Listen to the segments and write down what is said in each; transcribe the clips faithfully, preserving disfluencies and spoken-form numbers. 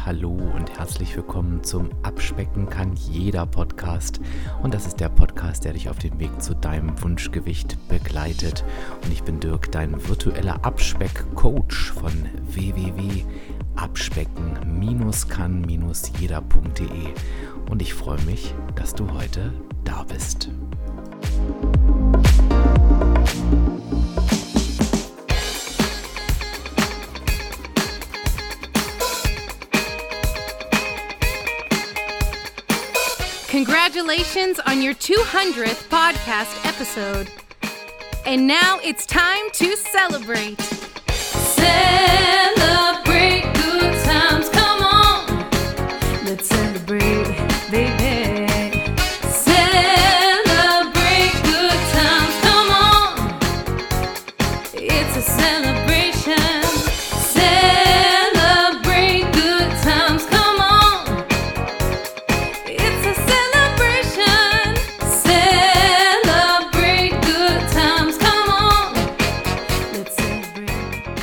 hallo und herzlich willkommen zum Abspecken kann jeder Podcast. Und das ist der Podcast, der dich auf dem Weg zu deinem Wunschgewicht begleitet. Und ich bin Dirk, dein virtueller Abspeck-Coach von w w w punkt abspecken kann jeder punkt de. Und ich freue mich, dass du heute da bist. Congratulations on your two hundredth podcast episode. And now it's time to celebrate. Celebrate good times, come on. Let's celebrate, baby. Celebrate good times, come on. It's a celebration. Celebrate good times, come on. It's a celebration. Celebrate good times, come on. Let's celebrate.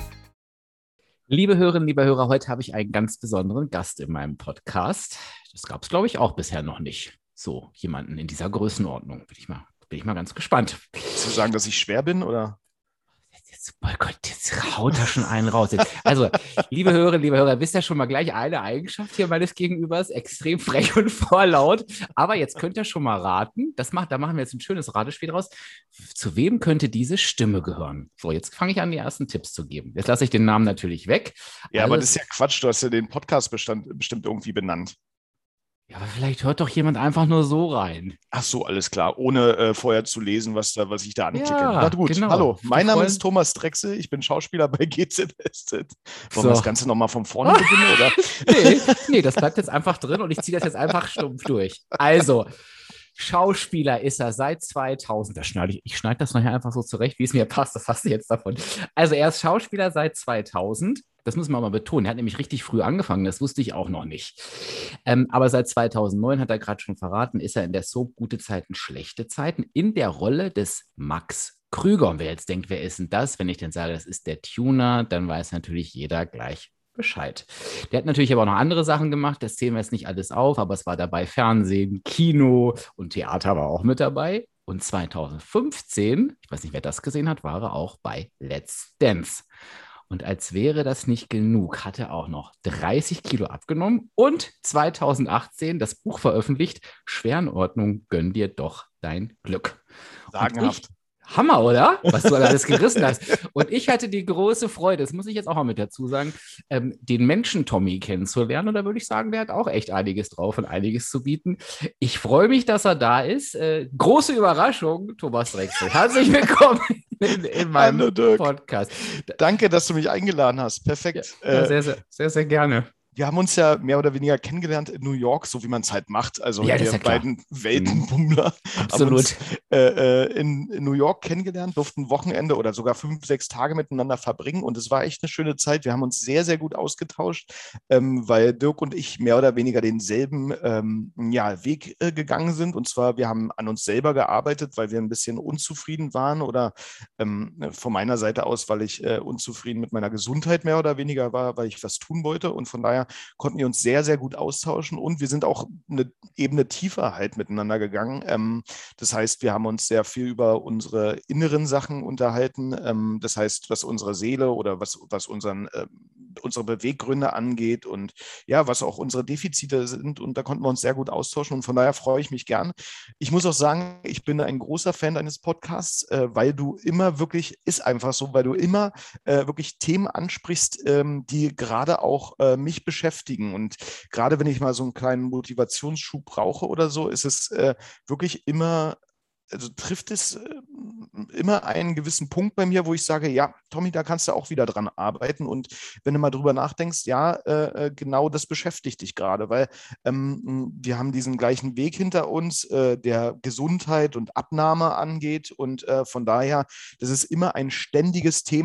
Liebe Hörerinnen, liebe Hörer, heute habe ich einen ganz besonderen Gast in meinem Podcast. Das gab es, glaube ich, auch bisher noch nicht. So jemanden in dieser Größenordnung. Bin ich mal, bin ich mal ganz gespannt. Zu sagen, dass ich schwer bin, oder? Jetzt, oh Gott, jetzt haut er schon einen raus. Also, liebe Hörerinnen, liebe Hörer, wisst ihr schon mal gleich eine Eigenschaft hier meines Gegenübers, extrem frech und vorlaut. Aber jetzt könnt ihr schon mal raten, das macht, da machen wir jetzt ein schönes Ratespiel draus. Zu wem könnte diese Stimme gehören? So, jetzt fange ich an, die ersten Tipps zu geben. Jetzt lasse ich den Namen natürlich weg. Ja, Also, aber das ist ja Quatsch. Du hast ja den Podcast bestand, bestimmt irgendwie benannt. ja, aber vielleicht hört doch jemand einfach nur so rein. Ach so, alles klar. Ohne äh, vorher zu lesen, was, da, was ich da anklicke. Ja, Na gut, genau. hallo. Mein Die Name Freund- ist Thomas Drechsel. Ich bin Schauspieler bei G Z S Z. Wollen So. wir das Ganze nochmal von vorne beginnen, oder? Nee, nee, das bleibt jetzt einfach drin und ich ziehe das jetzt einfach stumpf durch. Also, Schauspieler ist er seit zweitausend. Das schneide ich, ich schneide das nachher einfach so zurecht, wie es mir passt. Das hast du jetzt davon. Also, er ist Schauspieler seit zweitausend. Das müssen wir mal betonen. Er hat nämlich richtig früh angefangen. Das wusste ich auch noch nicht. Ähm, aber seit zweitausendneun, hat er gerade schon verraten, ist er in der Soap Gute Zeiten, Schlechte Zeiten in der Rolle des Max Krüger. Und wer jetzt denkt, wer ist denn das? Wenn ich denn sage, das ist der Tuner, dann weiß natürlich jeder gleich Bescheid. Der hat natürlich aber auch noch andere Sachen gemacht. Das zählen wir jetzt nicht alles auf, aber es war dabei Fernsehen, Kino und Theater war auch mit dabei. Und zweitausendfünfzehn, ich weiß nicht, wer das gesehen hat, war er auch bei Let's Dance. Und als wäre das nicht genug, hat er auch noch dreißig Kilo abgenommen und zweitausendachtzehn das Buch veröffentlicht, Schwerenordnung, gönn dir doch dein Glück. Sagenhaft. Und ich, Hammer, oder? Was du alles gerissen hast. Und ich hatte die große Freude, das muss ich jetzt auch mal mit dazu sagen, ähm, den Menschen Tommy kennenzulernen. Und da würde ich sagen, der hat auch echt einiges drauf und einiges zu bieten. Ich freue mich, dass er da ist. Äh, große Überraschung, Thomas Drechsel. Herzlich willkommen in, in meinem Hallo, Dirk. Podcast. Danke, dass du mich eingeladen hast. Perfekt. Ja, ja, Äh, sehr, sehr, sehr, sehr gerne. Wir haben uns ja mehr oder weniger kennengelernt in New York, so wie man es halt macht. Also Ja, das wir ist ja klar. beiden Weltenbummler haben Absolut. uns äh, äh, in, in New York kennengelernt, durften Wochenende oder sogar fünf, sechs Tage miteinander verbringen. Und es war echt eine schöne Zeit. Wir haben uns sehr, sehr gut ausgetauscht, ähm, weil Dirk und ich mehr oder weniger denselben ähm, ja, Weg äh, gegangen sind. Und zwar, wir haben an uns selber gearbeitet, weil wir ein bisschen unzufrieden waren oder ähm, von meiner Seite aus, weil ich äh, unzufrieden mit meiner Gesundheit mehr oder weniger war, weil ich was tun wollte. Und von daher konnten wir uns sehr, sehr gut austauschen und wir sind auch eine Ebene tiefer halt miteinander gegangen. Ähm, das heißt, wir haben uns sehr viel über unsere inneren Sachen unterhalten. Ähm, das heißt, was unsere Seele oder was, was unseren, äh, unsere Beweggründe angeht und ja, was auch unsere Defizite sind. Und da konnten wir uns sehr gut austauschen und von daher freue ich mich gern. Ich muss auch sagen, ich bin ein großer Fan deines Podcasts, äh, weil du immer wirklich, ist einfach so, weil du immer äh, wirklich Themen ansprichst, ähm, die gerade auch äh, mich beschäftigen. Und gerade wenn ich mal so einen kleinen Motivationsschub brauche oder so, ist es äh, wirklich immer, also trifft es äh, immer einen gewissen Punkt bei mir, wo ich sage, ja, Tommy, da kannst du auch wieder dran arbeiten. Und wenn du mal drüber nachdenkst, ja, äh, genau das beschäftigt dich gerade, weil ähm, wir haben diesen gleichen Weg hinter uns, äh, der Gesundheit und Abnahme angeht. Und äh, von daher, das ist immer ein ständiges Thema.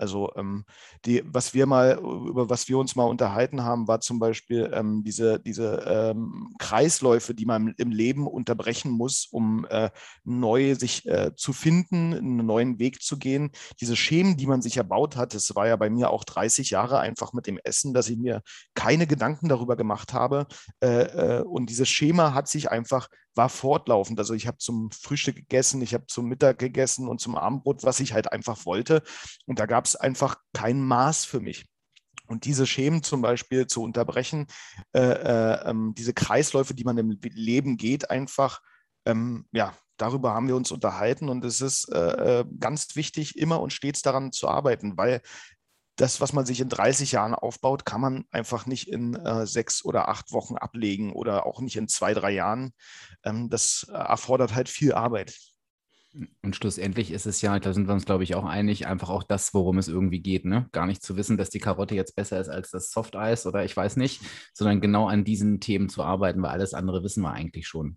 Also ähm, die, was wir mal, über was wir uns mal unterhalten haben, war zum Beispiel ähm, diese, diese ähm, Kreisläufe, die man im Leben unterbrechen muss, um äh, neu sich äh, zu finden, einen neuen Weg zu gehen. Diese Schemen, die man sich erbaut hat, das war ja bei mir auch dreißig Jahre einfach mit dem Essen, dass ich mir keine Gedanken darüber gemacht habe. Äh, äh, und dieses Schema hat sich einfach, war fortlaufend. Also ich habe zum Frühstück gegessen, ich habe zum Mittag gegessen und zum Abendbrot, was ich halt einfach wollte. Und da gab es einfach kein Maß für mich. Und diese Schemen zum Beispiel zu unterbrechen, äh, äh, ähm, diese Kreisläufe, die man im Leben geht, einfach, ähm, ja, darüber haben wir uns unterhalten. Und es ist äh, äh, ganz wichtig, immer und stets daran zu arbeiten, weil das, was man sich in dreißig Jahren aufbaut, kann man einfach nicht in äh, sechs oder acht Wochen ablegen oder auch nicht in zwei, drei Jahren. Ähm, das erfordert halt viel Arbeit. Und schlussendlich ist es ja, da sind wir uns, glaube ich, auch einig, einfach auch das, worum es irgendwie geht, ne? Gar nicht zu wissen, dass die Karotte jetzt besser ist als das Softeis oder ich weiß nicht, sondern genau an diesen Themen zu arbeiten, weil alles andere wissen wir eigentlich schon.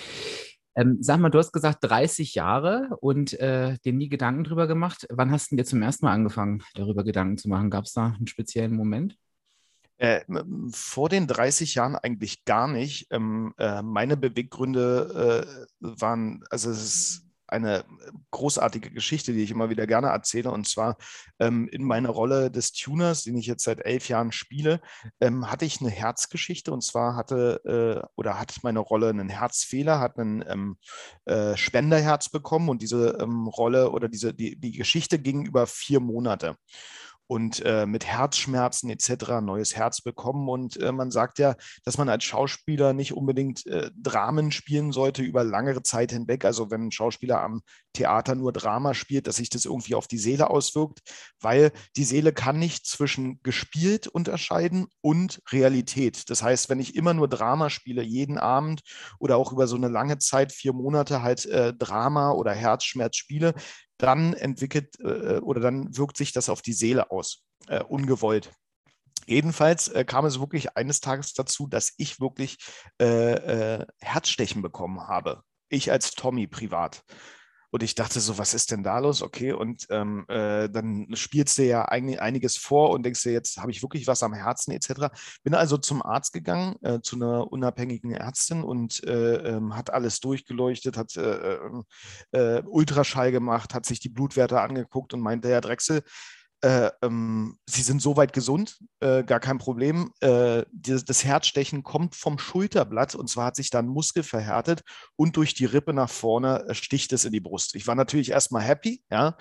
Ähm, sag mal, du hast gesagt dreißig Jahre und äh, dir nie Gedanken drüber gemacht. Wann hast du dir zum ersten Mal angefangen, darüber Gedanken zu machen? Gab es da einen speziellen Moment? Äh, vor den dreißig Jahren eigentlich gar nicht. Ähm, äh, meine Beweggründe äh, waren, also es ist eine großartige Geschichte, die ich immer wieder gerne erzähle. Und zwar ähm, in meiner Rolle des Tuners, den ich jetzt seit elf Jahren spiele, ähm, hatte ich eine Herzgeschichte. Und zwar hatte äh, oder hat meine Rolle einen Herzfehler, hat ein ähm, äh, Spenderherz bekommen. Und diese ähm, Rolle oder diese die, die Geschichte ging über vier Monate. Und äh, mit Herzschmerzen et cetera neues Herz bekommen. Und äh, man sagt ja, dass man als Schauspieler nicht unbedingt äh, Dramen spielen sollte über langere Zeit hinweg. Also wenn ein Schauspieler am Theater nur Drama spielt, dass sich das irgendwie auf die Seele auswirkt, weil die Seele kann nicht zwischen gespielt unterscheiden und Realität. Das heißt, wenn ich immer nur Drama spiele, jeden Abend oder auch über so eine lange Zeit, vier Monate halt äh, Drama oder Herzschmerz spiele, dann entwickelt äh, oder dann wirkt sich das auf die Seele aus, äh, ungewollt. Jedenfalls äh, kam es wirklich eines Tages dazu, dass ich wirklich äh, äh, Herzstechen bekommen habe. Ich als Tommy privat. Und ich dachte so, was ist denn da los? Okay, und ähm, äh, dann spielst du ja ein, einiges vor und denkst dir, jetzt habe ich wirklich was am Herzen et cetera. Bin also zum Arzt gegangen, äh, zu einer unabhängigen Ärztin und äh, ähm, hat alles durchgeleuchtet, hat äh, äh, Ultraschall gemacht, hat sich die Blutwerte angeguckt und meinte, Herr Drechsel, äh, ähm, Sie sind soweit gesund, äh, gar kein Problem. Äh, das, das Herzstechen kommt vom Schulterblatt und zwar hat sich da ein Muskel verhärtet und durch die Rippe nach vorne äh, sticht es in die Brust. Ich war natürlich erstmal happy, ja,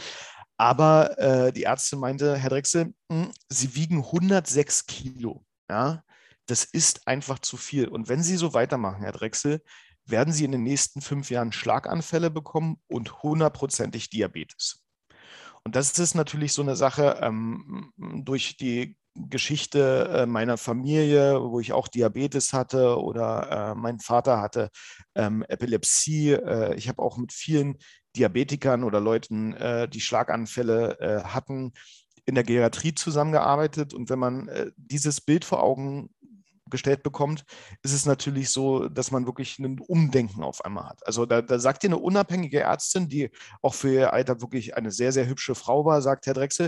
aber äh, die Ärztin meinte, Herr Drechsel, mh, Sie wiegen hundertsechs Kilo, ja, das ist einfach zu viel. Und wenn Sie so weitermachen, Herr Drechsel, werden Sie in den nächsten fünf Jahren Schlaganfälle bekommen und hundertprozentig Diabetes. Und das ist natürlich so eine Sache ähm, durch die Geschichte äh, meiner Familie, wo ich auch Diabetes hatte oder äh, mein Vater hatte ähm, Epilepsie. Äh, ich habe auch mit vielen Diabetikern oder Leuten, äh, die Schlaganfälle äh, hatten, in der Geriatrie zusammengearbeitet. Und wenn man äh, dieses Bild vor Augen gestellt bekommt, ist es natürlich so, dass man wirklich ein Umdenken auf einmal hat. Also da, da sagt dir eine unabhängige Ärztin, die auch für ihr Alter wirklich eine sehr, sehr hübsche Frau war, sagt Herr Drechsel,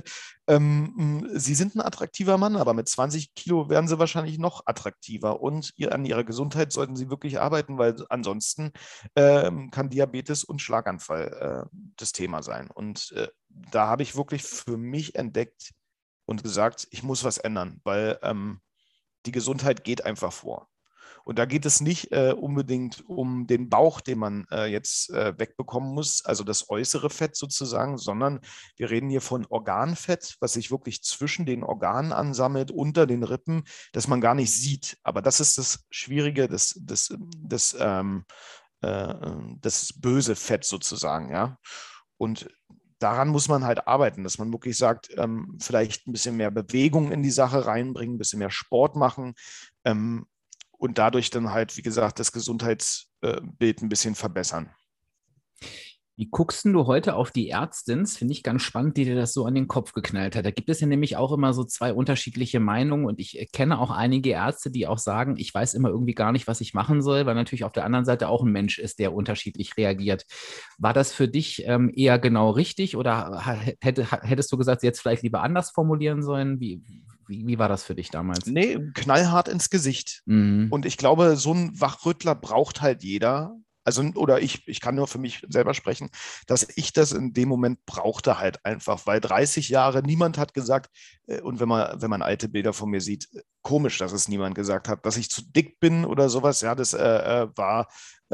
ähm, Sie sind ein attraktiver Mann, aber mit zwanzig Kilo werden Sie wahrscheinlich noch attraktiver und ihr, an Ihrer Gesundheit sollten Sie wirklich arbeiten, weil ansonsten ähm, kann Diabetes und Schlaganfall äh, das Thema sein. Und äh, da habe ich wirklich für mich entdeckt und gesagt, ich muss was ändern, weil ähm, die Gesundheit geht einfach vor. Und da geht es nicht äh, unbedingt um den Bauch, den man äh, jetzt äh, wegbekommen muss, also das äußere Fett sozusagen, sondern wir reden hier von Organfett, was sich wirklich zwischen den Organen ansammelt, unter den Rippen, das man gar nicht sieht. Aber das ist das Schwierige, das, das, das, ähm, äh, das böse Fett sozusagen, ja. Und daran muss man halt arbeiten, dass man wirklich sagt, ähm, vielleicht ein bisschen mehr Bewegung in die Sache reinbringen, ein bisschen mehr Sport machen ähm, und dadurch dann halt, wie gesagt, das Gesundheitsbild ein bisschen verbessern. Wie guckst denn du heute auf die Ärztin? Das finde ich ganz spannend, die dir das so an den Kopf geknallt hat. Da gibt es ja nämlich auch immer so zwei unterschiedliche Meinungen und ich äh, kenne auch einige Ärzte, die auch sagen, ich weiß immer irgendwie gar nicht, was ich machen soll, weil natürlich auf der anderen Seite auch ein Mensch ist, der unterschiedlich reagiert. War das für dich ähm, eher genau richtig oder ha- hätte, ha- hättest du gesagt, jetzt vielleicht lieber anders formulieren sollen? Wie, wie, wie war das für dich damals? Nee, knallhart ins Gesicht. Mhm. Und ich glaube, so ein Wachrüttler braucht halt jeder. Also, oder ich, ich kann nur für mich selber sprechen, dass ich das in dem Moment brauchte halt einfach, weil dreißig Jahre niemand hat gesagt, äh, und wenn man, wenn man alte Bilder von mir sieht, äh, komisch, dass es niemand gesagt hat, dass ich zu dick bin oder sowas. Ja, das äh, äh, war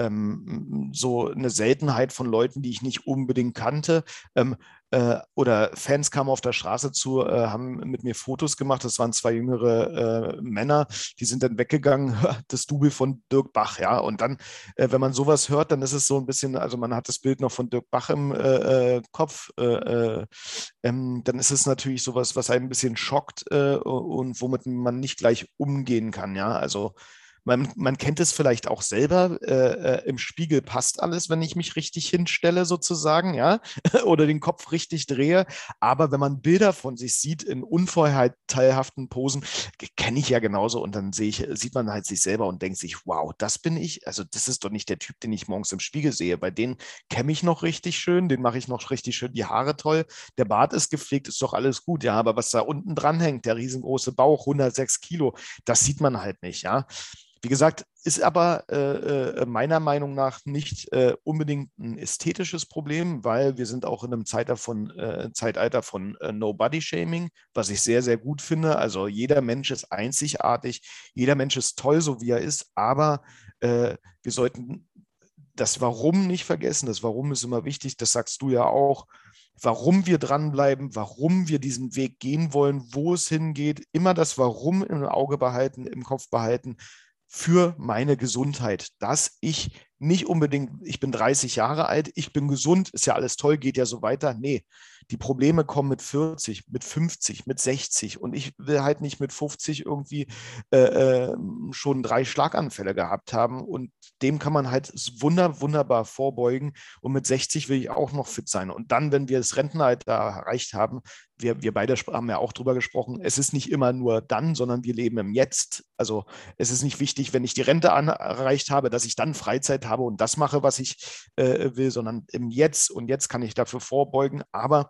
ähm, so eine Seltenheit von Leuten, die ich nicht unbedingt kannte. Ähm, äh, oder Fans kamen auf der Straße zu, äh, haben mit mir Fotos gemacht. Das waren zwei jüngere äh, Männer, die sind dann weggegangen, das Double von Dirk Bach, ja. Und dann, äh, wenn man sowas hört, dann ist es so ein bisschen, also man hat das Bild noch von Dirk Bach im äh, äh, Kopf, äh, äh, ähm, dann ist es natürlich sowas, was einen ein bisschen schockt äh, und womit man nicht gleich umgehen kann, ja. Also man, man kennt es vielleicht auch selber, äh, äh, im Spiegel passt alles, wenn ich mich richtig hinstelle sozusagen, ja, oder den Kopf richtig drehe. Aber wenn man Bilder von sich sieht in unvorteilhaften Posen, kenne ich ja genauso und dann sehe ich, sieht man halt sich selber und denkt sich, wow, das bin ich. Also das ist doch nicht der Typ, den ich morgens im Spiegel sehe. Bei denen kämme ich noch richtig schön, den mache ich noch richtig schön, die Haare toll, der Bart ist gepflegt, ist doch alles gut, ja. Aber was da unten dran hängt, der riesengroße Bauch, hundertsechs Kilo, das sieht man halt nicht, ja. Wie gesagt, ist aber äh, meiner Meinung nach nicht äh, unbedingt ein ästhetisches Problem, weil wir sind auch in einem Zeitalter von, äh, Zeitalter von äh, No-Body-Shaming, was ich sehr, sehr gut finde. Also jeder Mensch ist einzigartig, jeder Mensch ist toll, so wie er ist, aber äh, wir sollten das Warum nicht vergessen. Das Warum ist immer wichtig, das sagst du ja auch. Warum wir dranbleiben, warum wir diesen Weg gehen wollen, wo es hingeht, immer das Warum im Auge behalten, im Kopf behalten, für meine Gesundheit, dass ich nicht unbedingt, ich bin dreißig Jahre alt, ich bin gesund, ist ja alles toll, geht ja so weiter. Nee, die Probleme kommen mit vierzig, mit fünfzig, mit sechzig und ich will halt nicht mit fünfzig irgendwie äh, äh, schon drei Schlaganfälle gehabt haben und dem kann man halt wunder, wunderbar vorbeugen und mit sechzig will ich auch noch fit sein und dann, wenn wir das Rentenalter erreicht haben, wir, wir beide haben ja auch drüber gesprochen, es ist nicht immer nur dann, sondern wir leben im Jetzt. Also es ist nicht wichtig, wenn ich die Rente an, erreicht habe, dass ich dann Freizeit habe und das mache, was ich äh, will, sondern im Jetzt und jetzt kann ich dafür vorbeugen. Aber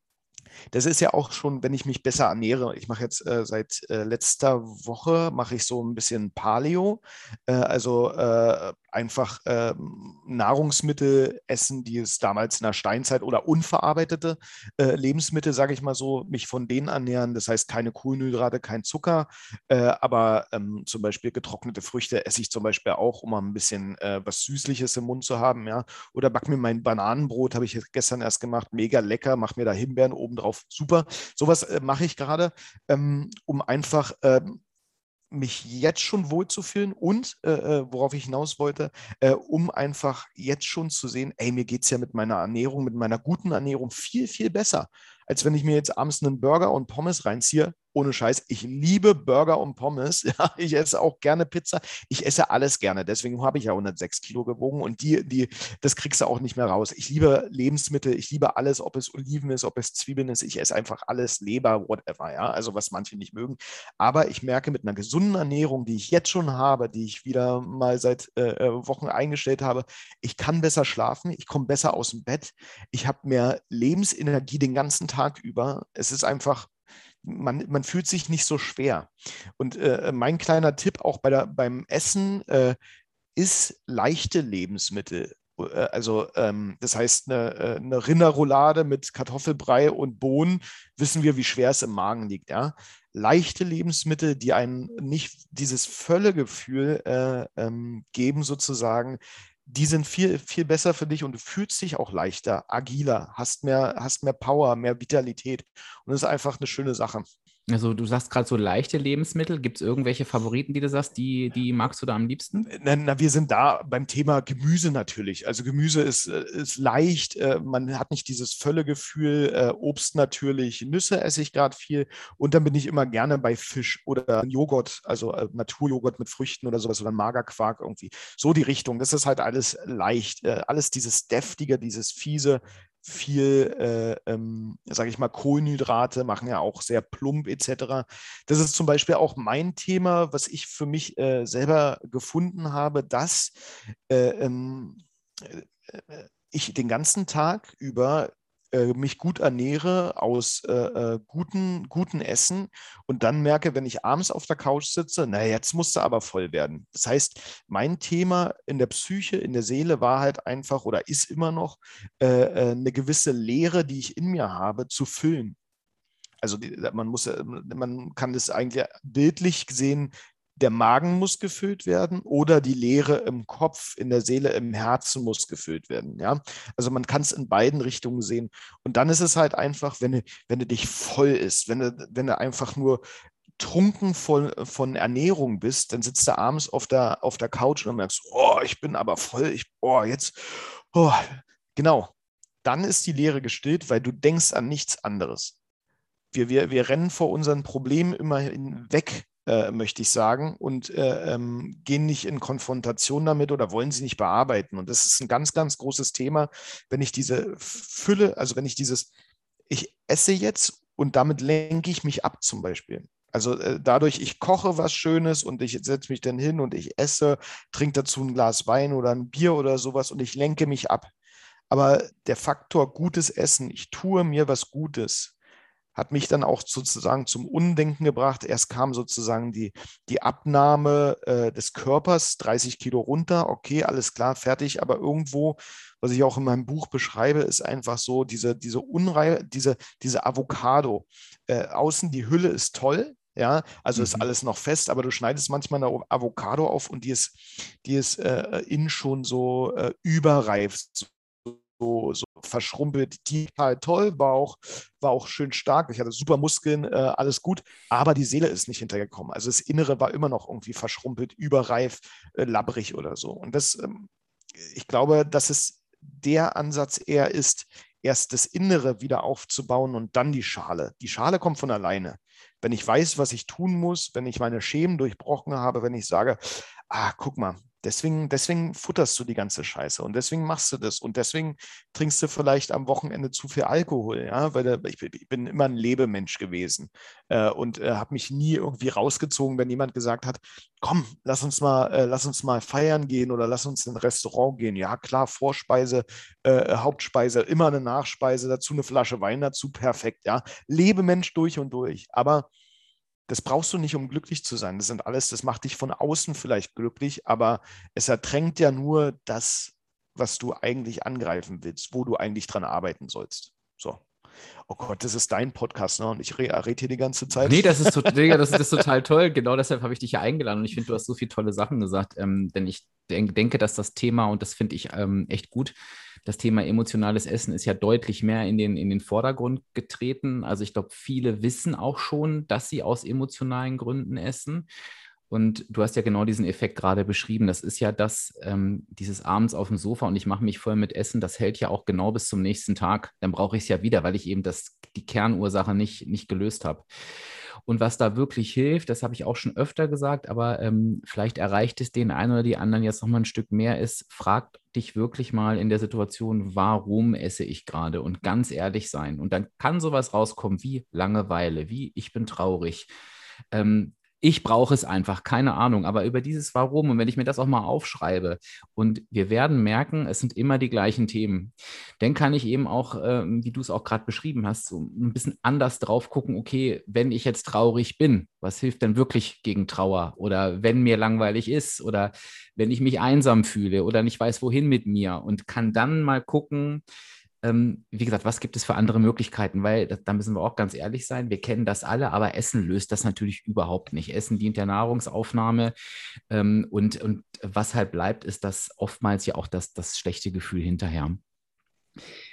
das ist ja auch schon, wenn ich mich besser ernähre. Ich mache jetzt äh, seit äh, letzter Woche, mache ich so ein bisschen Paleo, äh, also äh, einfach äh, Nahrungsmittel essen, die es damals in der Steinzeit oder unverarbeitete äh, Lebensmittel, sage ich mal so, mich von denen ernähren. Das heißt keine Kohlenhydrate, kein Zucker, äh, aber ähm, zum Beispiel getrocknete Früchte esse ich zum Beispiel auch, um mal ein bisschen äh, was Süßliches im Mund zu haben, ja. Oder back mir mein Bananenbrot, habe ich jetzt gestern erst gemacht, mega lecker, mach mir da Himbeeren oben drauf, super. Sowas äh, mache ich gerade, ähm, um einfach ähm, mich jetzt schon wohlzufühlen und äh, äh, worauf ich hinaus wollte, äh, um einfach jetzt schon zu sehen, ey, mir geht es ja mit meiner Ernährung, mit meiner guten Ernährung viel, viel besser, als wenn ich mir jetzt abends einen Burger und Pommes reinziehe. Ohne Scheiß, ich liebe Burger und Pommes. Ja, ich esse auch gerne Pizza. Ich esse alles gerne. Deswegen habe ich ja hundertsechs Kilo gewogen und die, die, das kriegst du auch nicht mehr raus. Ich liebe Lebensmittel. Ich liebe alles, ob es Oliven ist, ob es Zwiebeln ist. Ich esse einfach alles, Leber, whatever. Ja, also was manche nicht mögen. Aber ich merke mit einer gesunden Ernährung, die ich jetzt schon habe, die ich wieder mal seit äh, Wochen eingestellt habe, ich kann besser schlafen. Ich komme besser aus dem Bett. Ich habe mehr Lebensenergie den ganzen Tag über. Es ist einfach Man, man fühlt sich nicht so schwer. Und äh, mein kleiner Tipp auch bei der, beim Essen äh, ist leichte Lebensmittel. Äh, Also ähm, das heißt, eine, äh, eine Rinderroulade mit Kartoffelbrei und Bohnen, wissen wir, wie schwer es im Magen liegt. Ja? Leichte Lebensmittel, die einem nicht dieses Völlegefühl äh, ähm, geben, sozusagen, die sind viel, viel besser für dich und du fühlst dich auch leichter, agiler, hast mehr, hast mehr Power, mehr Vitalität und das ist einfach eine schöne Sache. Also du sagst gerade so leichte Lebensmittel. Gibt es irgendwelche Favoriten, die du sagst, die, die magst du da am liebsten? Na, na, wir sind da beim Thema Gemüse natürlich. Also Gemüse ist, äh, ist leicht, äh, man hat nicht dieses Völlegefühl, äh, Obst natürlich, Nüsse esse ich gerade viel und dann bin ich immer gerne bei Fisch oder Joghurt, also äh, Naturjoghurt mit Früchten oder sowas oder Magerquark irgendwie. So die Richtung, das ist halt alles leicht, äh, alles dieses Deftige, dieses Fiese, viel, äh, ähm, sage ich mal, Kohlenhydrate machen ja auch sehr plump et cetera. Das ist zum Beispiel auch mein Thema, was ich für mich äh, selber gefunden habe, dass äh, ähm, äh, ich den ganzen Tag über äh, mich gut ernähre aus äh, äh, guten, guten Essen und dann merke, wenn ich abends auf der Couch sitze, naja, jetzt musst du aber voll werden. Das heißt, mein Thema in der Psyche, in der Seele war halt einfach oder ist immer noch äh, äh, eine gewisse Leere, die ich in mir habe, zu füllen. Also die, man muss, man kann das eigentlich bildlich sehen, der Magen muss gefüllt werden oder die Leere im Kopf, in der Seele, im Herzen muss gefüllt werden. Ja? Also man kann es in beiden Richtungen sehen. Und dann ist es halt einfach, wenn du, wenn du dich voll isst, wenn du, wenn du einfach nur trunken von, von Ernährung bist, dann sitzt du abends auf der, auf der Couch und merkst, oh, ich bin aber voll, ich, oh, jetzt, oh, genau. Dann ist die Leere gestillt, weil du denkst an nichts anderes. Wir, wir, wir rennen vor unseren Problemen immer weg, äh, möchte ich sagen, und äh, ähm, gehen nicht in Konfrontation damit oder wollen sie nicht bearbeiten. Und das ist ein ganz, ganz großes Thema, wenn ich diese Fülle, also wenn ich dieses, ich esse jetzt und damit lenke ich mich ab zum Beispiel. Also äh, dadurch, ich koche was Schönes und ich setze mich dann hin und ich esse, trinke dazu ein Glas Wein oder ein Bier oder sowas und ich lenke mich ab. Aber der Faktor gutes Essen, ich tue mir was Gutes, hat mich dann auch sozusagen zum Undenken gebracht. Erst kam sozusagen die, die Abnahme äh, des Körpers, dreißig Kilo runter, okay, alles klar, fertig, aber irgendwo, was ich auch in meinem Buch beschreibe, ist einfach so diese, diese Unreihe, diese, diese Avocado. Äh, außen die Hülle ist toll, ja, also ist Mhm. alles noch fest, aber du schneidest manchmal eine Avocado auf und die ist, die ist äh, innen schon so äh, überreif, so so, so verschrumpelt, die halt toll, war auch, war auch schön stark. Ich hatte super Muskeln, äh, alles gut, aber die Seele ist nicht hintergekommen. Also das Innere war immer noch irgendwie verschrumpelt, überreif, äh, labbrig oder so. Und das, ähm, ich glaube, dass es der Ansatz eher ist, erst das Innere wieder aufzubauen und dann die Schale. Die Schale kommt von alleine. Wenn ich weiß, was ich tun muss, wenn ich meine Schemen durchbrochen habe, wenn ich sage, ah, guck mal, Deswegen, deswegen futterst du die ganze Scheiße und deswegen machst du das und deswegen trinkst du vielleicht am Wochenende zu viel Alkohol, ja, weil ich, ich bin immer ein Lebemensch gewesen äh, und äh, habe mich nie irgendwie rausgezogen, wenn jemand gesagt hat, komm, lass uns mal, äh, lass uns mal feiern gehen oder lass uns in ein Restaurant gehen. Ja, klar, Vorspeise, äh, Hauptspeise, immer eine Nachspeise, dazu eine Flasche Wein dazu, perfekt, ja. Lebemensch durch und durch, aber das brauchst du nicht, um glücklich zu sein. Das sind alles, das macht dich von außen vielleicht glücklich, aber es ertränkt ja nur das, was du eigentlich angreifen willst, wo du eigentlich dran arbeiten sollst. So. Oh Gott, das ist dein Podcast, ne? Und ich re rede hier die ganze Zeit. Nee, das ist, tot- Digga, das ist, das ist total toll. Genau deshalb habe ich dich ja eingeladen und ich finde, du hast so viele tolle Sachen gesagt. Ähm, denn ich denk, denke, dass das Thema, und das finde ich ähm, echt gut, das Thema emotionales Essen ist ja deutlich mehr in den, in den Vordergrund getreten. Also ich glaube, viele wissen auch schon, dass sie aus emotionalen Gründen essen. Und du hast ja genau diesen Effekt gerade beschrieben. Das ist ja das, ähm, dieses abends auf dem Sofa und ich mache mich voll mit Essen, das hält ja auch genau bis zum nächsten Tag. Dann brauche ich es ja wieder, weil ich eben das, die Kernursache nicht, nicht gelöst habe. Und was da wirklich hilft, das habe ich auch schon öfter gesagt, aber ähm, vielleicht erreicht es den einen oder die anderen jetzt nochmal ein Stück mehr, ist, frag dich wirklich mal in der Situation, warum esse ich gerade und ganz ehrlich sein. Und dann kann sowas rauskommen wie Langeweile, wie ich bin traurig. Ähm, Ich brauche es einfach, keine Ahnung, aber über dieses Warum und wenn ich mir das auch mal aufschreibe und wir werden merken, es sind immer die gleichen Themen, dann kann ich eben auch, ähm, wie du es auch gerade beschrieben hast, so ein bisschen anders drauf gucken, okay, wenn ich jetzt traurig bin, was hilft denn wirklich gegen Trauer oder wenn mir langweilig ist oder wenn ich mich einsam fühle oder nicht weiß, wohin mit mir und kann dann mal gucken, ähm, wie gesagt, was gibt es für andere Möglichkeiten? Weil da, da müssen wir auch ganz ehrlich sein, wir kennen das alle, aber Essen löst das natürlich überhaupt nicht. Essen dient der Nahrungsaufnahme ähm, und, und was halt bleibt, ist das oftmals ja auch das, das schlechte Gefühl hinterher.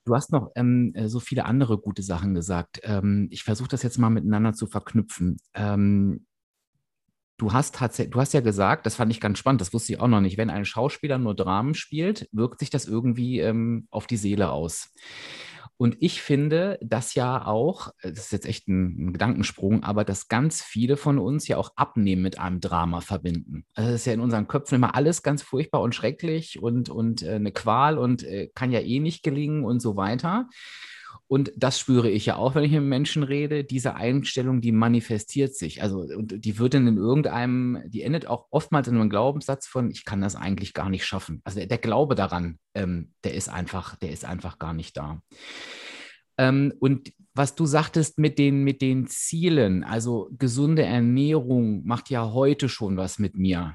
Du hast noch ähm, äh, so viele andere gute Sachen gesagt. Ähm, ich versuche das jetzt mal miteinander zu verknüpfen. Ähm, du hast tatsächlich, du hast ja gesagt, das fand ich ganz spannend, das wusste ich auch noch nicht, wenn ein Schauspieler nur Dramen spielt, wirkt sich das irgendwie ähm, auf die Seele aus. Und ich finde, dass ja auch, das ist jetzt echt ein, ein Gedankensprung, aber dass ganz viele von uns ja auch Abnehmen mit einem Drama verbinden. Also das ist ja in unseren Köpfen immer alles ganz furchtbar und schrecklich und, und äh, eine Qual und äh, kann ja eh nicht gelingen und so weiter. Und das spüre ich ja auch, wenn ich mit Menschen rede. Diese Einstellung, die manifestiert sich. Also, und die wird dann in irgendeinem, die endet auch oftmals in einem Glaubenssatz von, ich kann das eigentlich gar nicht schaffen. Also der, der Glaube daran, ähm, der ist einfach, der ist einfach gar nicht da. Ähm, und was du sagtest mit den, mit den Zielen, also gesunde Ernährung macht ja heute schon was mit mir.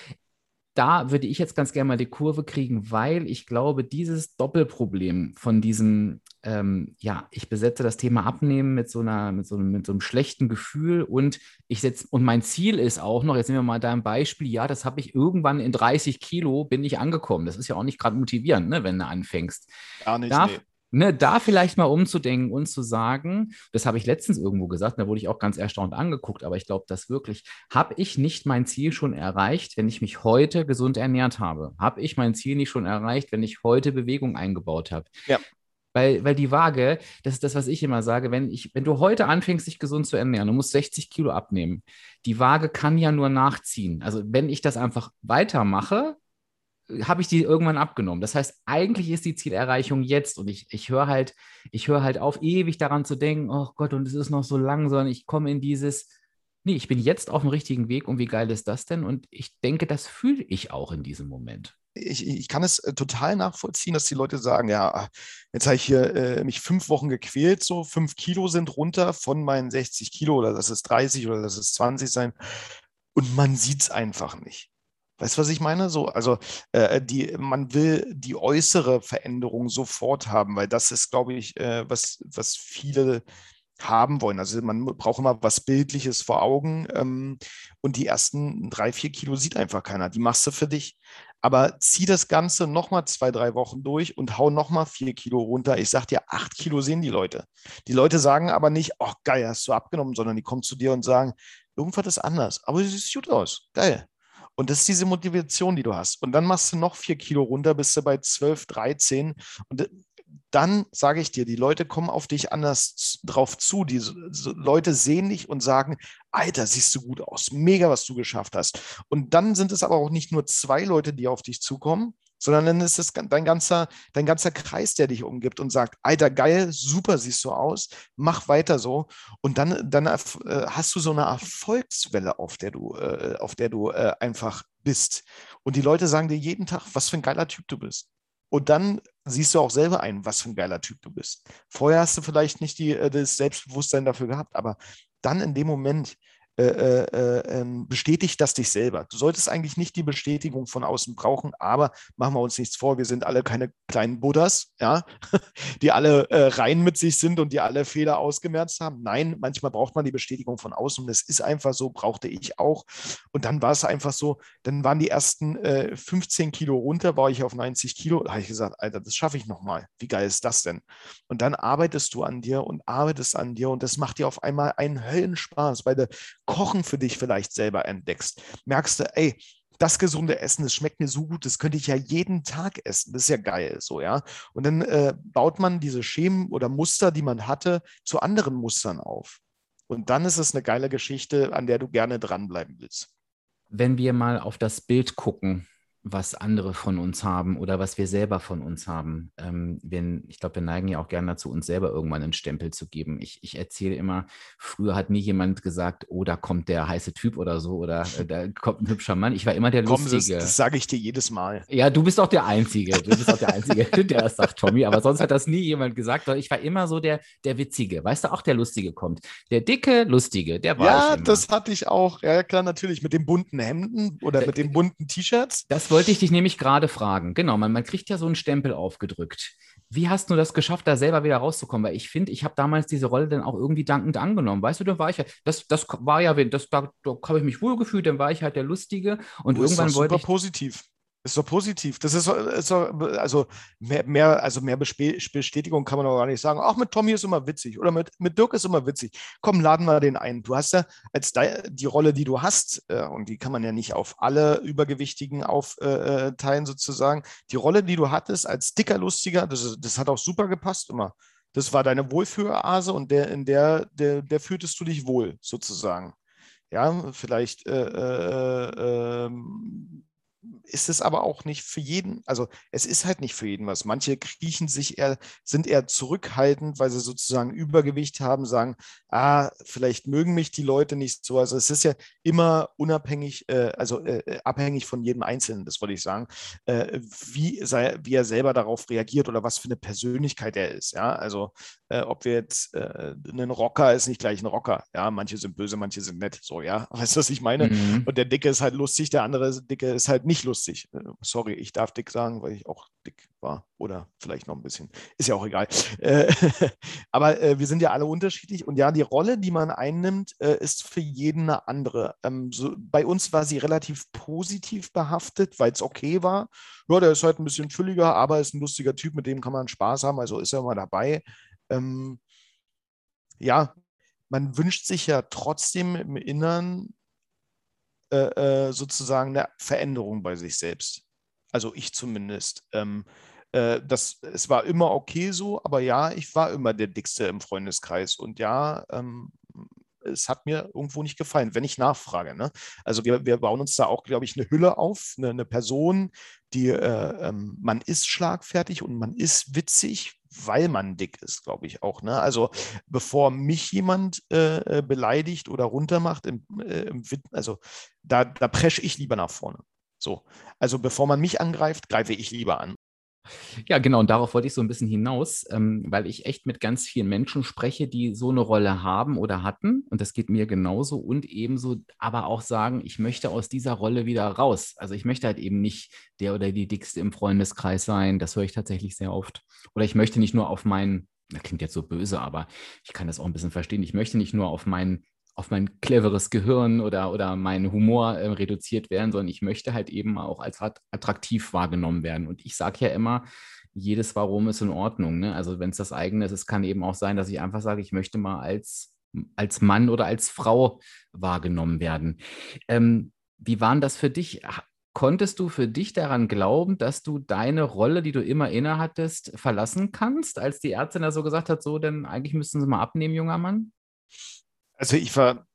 Da würde ich jetzt ganz gerne mal die Kurve kriegen, weil ich glaube, dieses Doppelproblem von diesem, ähm, ja, ich besetze das Thema Abnehmen mit so einer, mit so, mit so einem schlechten Gefühl und ich setze, und mein Ziel ist auch noch, jetzt nehmen wir mal da ein Beispiel, ja, das habe ich irgendwann in dreißig Kilo bin ich angekommen. Das ist ja auch nicht gerade motivierend, ne, wenn du anfängst. Gar nicht, Da, nee. ne, da vielleicht mal umzudenken und zu sagen, das habe ich letztens irgendwo gesagt, da wurde ich auch ganz erstaunt angeguckt, aber ich glaube das wirklich, habe ich nicht mein Ziel schon erreicht, wenn ich mich heute gesund ernährt habe? Habe ich mein Ziel nicht schon erreicht, wenn ich heute Bewegung eingebaut habe? Ja. Weil, weil die Waage, das ist das, was ich immer sage, wenn, ich, wenn du heute anfängst, dich gesund zu ernähren, du musst sechzig Kilo abnehmen, die Waage kann ja nur nachziehen. Also wenn ich das einfach weitermache, habe ich die irgendwann abgenommen. Das heißt, eigentlich ist die Zielerreichung jetzt und ich, ich höre halt, ich höre halt auf, ewig daran zu denken, oh Gott, und es ist noch so lang, sondern ich komme in dieses, nee, ich bin jetzt auf dem richtigen Weg und wie geil ist das denn? Und ich denke, das fühle ich auch in diesem Moment. Ich, ich kann es äh, total nachvollziehen, dass die Leute sagen, ja, jetzt habe ich hier äh, mich fünf Wochen gequält, so fünf Kilo sind runter von meinen sechzig Kilo oder das ist dreißig oder das ist zwanzig sein und man sieht es einfach nicht. Weißt du, was ich meine? So, also äh, die, man will die äußere Veränderung sofort haben, weil das ist, glaube ich, äh, was, was viele haben wollen. Also man braucht immer was Bildliches vor Augen ähm, und die ersten drei, vier Kilo sieht einfach keiner. Die machst du für dich. Aber zieh das Ganze nochmal zwei, drei Wochen durch und hau nochmal vier Kilo runter. Ich sag dir, acht Kilo sehen die Leute. Die Leute sagen aber nicht, oh geil, hast du abgenommen, sondern die kommen zu dir und sagen, irgendwas ist anders, aber du siehst gut aus. Geil. Und das ist diese Motivation, die du hast. Und dann machst du noch vier Kilo runter, bist du bei zwölf, dreizehn. Und dann sage ich dir, die Leute kommen auf dich anders drauf zu. Die Leute sehen dich und sagen, Alter, siehst du gut aus. Mega, was du geschafft hast. Und dann sind es aber auch nicht nur zwei Leute, die auf dich zukommen, sondern dann ist es dein ganzer, dein ganzer Kreis, der dich umgibt und sagt, Alter, geil, super siehst du aus, mach weiter so. Und dann, dann äh, hast du so eine Erfolgswelle, auf der du, äh, auf der du äh, einfach bist. Und die Leute sagen dir jeden Tag, was für ein geiler Typ du bist. Und dann siehst du auch selber ein, was für ein geiler Typ du bist. Vorher hast du vielleicht nicht die, das Selbstbewusstsein dafür gehabt, aber dann in dem Moment Äh, äh, äh, bestätigt das dich selber. Du solltest eigentlich nicht die Bestätigung von außen brauchen, aber machen wir uns nichts vor, wir sind alle keine kleinen Buddhas, ja, die alle äh, rein mit sich sind und die alle Fehler ausgemerzt haben. Nein, manchmal braucht man die Bestätigung von außen und es ist einfach so, brauchte ich auch. Und dann war es einfach so, dann waren die ersten äh, fünfzehn Kilo runter, war ich auf neunzig Kilo, da habe ich gesagt, Alter, das schaffe ich nochmal. Wie geil ist das denn? Und dann arbeitest du an dir und arbeitest an dir und das macht dir auf einmal einen Höllenspaß, weil du Kochen für dich vielleicht selber entdeckst, merkst du, ey, das gesunde Essen, das schmeckt mir so gut, das könnte ich ja jeden Tag essen, das ist ja geil, so, ja. Und dann äh, baut man diese Schemen oder Muster, die man hatte, zu anderen Mustern auf. Und dann ist es eine geile Geschichte, an der du gerne dranbleiben willst. Wenn wir mal auf das Bild gucken, was andere von uns haben oder was wir selber von uns haben. Ähm, wir, ich glaube, wir neigen ja auch gerne dazu, uns selber irgendwann einen Stempel zu geben. Ich, ich erzähle immer, früher hat nie jemand gesagt, oh, da kommt der heiße Typ oder so oder äh, da kommt ein hübscher Mann. Ich war immer der Komm, Lustige. Das, das sage ich dir jedes Mal. Ja, du bist auch der Einzige. Du bist auch der Einzige, der das sagt, Tommy. Aber sonst hat das nie jemand gesagt. Ich war immer so der, der Witzige. Weißt du, auch der Lustige kommt. Der dicke, Lustige, der war Ja, ich immer. das hatte ich auch. Ja, klar, natürlich. Mit den bunten Hemden oder da, mit den bunten T-Shirts. Das wollte ich dich nämlich gerade fragen. Genau, man, man kriegt ja so einen Stempel aufgedrückt. Wie hast du das geschafft, da selber wieder rauszukommen? Weil ich finde, ich habe damals diese Rolle dann auch irgendwie dankend angenommen. Weißt du, da war ich ja, das, das war ja, das, da, da habe ich mich wohlgefühlt, dann war ich halt der Lustige und Du bist irgendwann doch wollte super ich. positiv. Ist doch positiv. Das ist, doch- ist doch, also mehr, mehr, also mehr Bespe- Bestätigung kann man doch gar nicht sagen. Auch mit Tommy ist immer witzig oder mit, mit Dirk ist immer witzig. Komm, laden wir den ein. Du hast ja als dei- die Rolle, die du hast, äh, und die kann man ja nicht auf alle Übergewichtigen aufteilen, äh, teilen sozusagen. Die Rolle, die du hattest als dicker Lustiger, das, ist, das hat auch super gepasst immer. Das war deine Wohlfühloase und der, in der, der, der fühltest du dich wohl sozusagen. Ja, vielleicht äh, äh, ähm, ist es aber auch nicht für jeden, also es ist halt nicht für jeden was. Manche kriechen sich eher, sind eher zurückhaltend, weil sie sozusagen Übergewicht haben, sagen, ah, vielleicht mögen mich die Leute nicht so. Also es ist ja immer unabhängig, äh, also äh, abhängig von jedem Einzelnen, das wollte ich sagen, äh, wie, sei, wie er selber darauf reagiert oder was für eine Persönlichkeit er ist. Ja, also äh, ob wir jetzt äh, ein Rocker ist nicht gleich ein Rocker. Ja, manche sind böse, manche sind nett. So, ja, weißt du, was ich meine? Mhm. Und der Dicke ist halt lustig, der andere Dicke ist halt nicht lustig. Äh, Sorry, ich darf dick sagen, weil ich auch dick war. Oder vielleicht noch ein bisschen. Ist ja auch egal. Äh, aber äh, wir sind ja alle unterschiedlich. Und ja, die Rolle, die man einnimmt, äh, ist für jeden eine andere. Ähm, so, bei uns war sie relativ positiv behaftet, weil es okay war. Ja, der ist halt ein bisschen fülliger, aber ist ein lustiger Typ, mit dem kann man Spaß haben. Also ist er mal dabei. Ähm, ja, man wünscht sich ja trotzdem im Inneren äh, äh, sozusagen eine Veränderung bei sich selbst. Also ich zumindest. Ähm, äh, das, es war immer okay so, aber ja, ich war immer der Dickste im Freundeskreis. Und ja, ähm, es hat mir irgendwo nicht gefallen, wenn ich nachfrage. Ne? Also wir, wir bauen uns da auch, glaube ich, eine Hülle auf, eine, eine Person, die, äh, ähm, man ist schlagfertig und man ist witzig, weil man dick ist, glaube ich auch. Ne? Also bevor mich jemand äh, äh, beleidigt oder runtermacht, im, äh, im, Wit- also da, da presche ich lieber nach vorne. So. Also bevor man mich angreift, greife ich lieber an. Ja, genau, und darauf wollte ich so ein bisschen hinaus, ähm, weil ich echt mit ganz vielen Menschen spreche, die so eine Rolle haben oder hatten, und das geht mir genauso, und ebenso aber auch sagen, ich möchte aus dieser Rolle wieder raus. Also ich möchte halt eben nicht der oder die Dickste im Freundeskreis sein, das höre ich tatsächlich sehr oft. Oder ich möchte nicht nur auf meinen, das klingt jetzt so böse, aber ich kann das auch ein bisschen verstehen, ich möchte nicht nur auf meinen auf mein cleveres Gehirn oder, oder meinen Humor äh, reduziert werden, sondern ich möchte halt eben auch als attraktiv wahrgenommen werden. Und ich sage ja immer, jedes Warum ist in Ordnung. Ne? Also wenn es das eigene ist, es kann eben auch sein, dass ich einfach sage, ich möchte mal als, als Mann oder als Frau wahrgenommen werden. Ähm, wie war denn das für dich? Konntest du für dich daran glauben, dass du deine Rolle, die du immer innehattest, verlassen kannst, als die Ärztin da so gesagt hat, so, denn eigentlich müssten sie mal abnehmen, junger Mann? Also ich war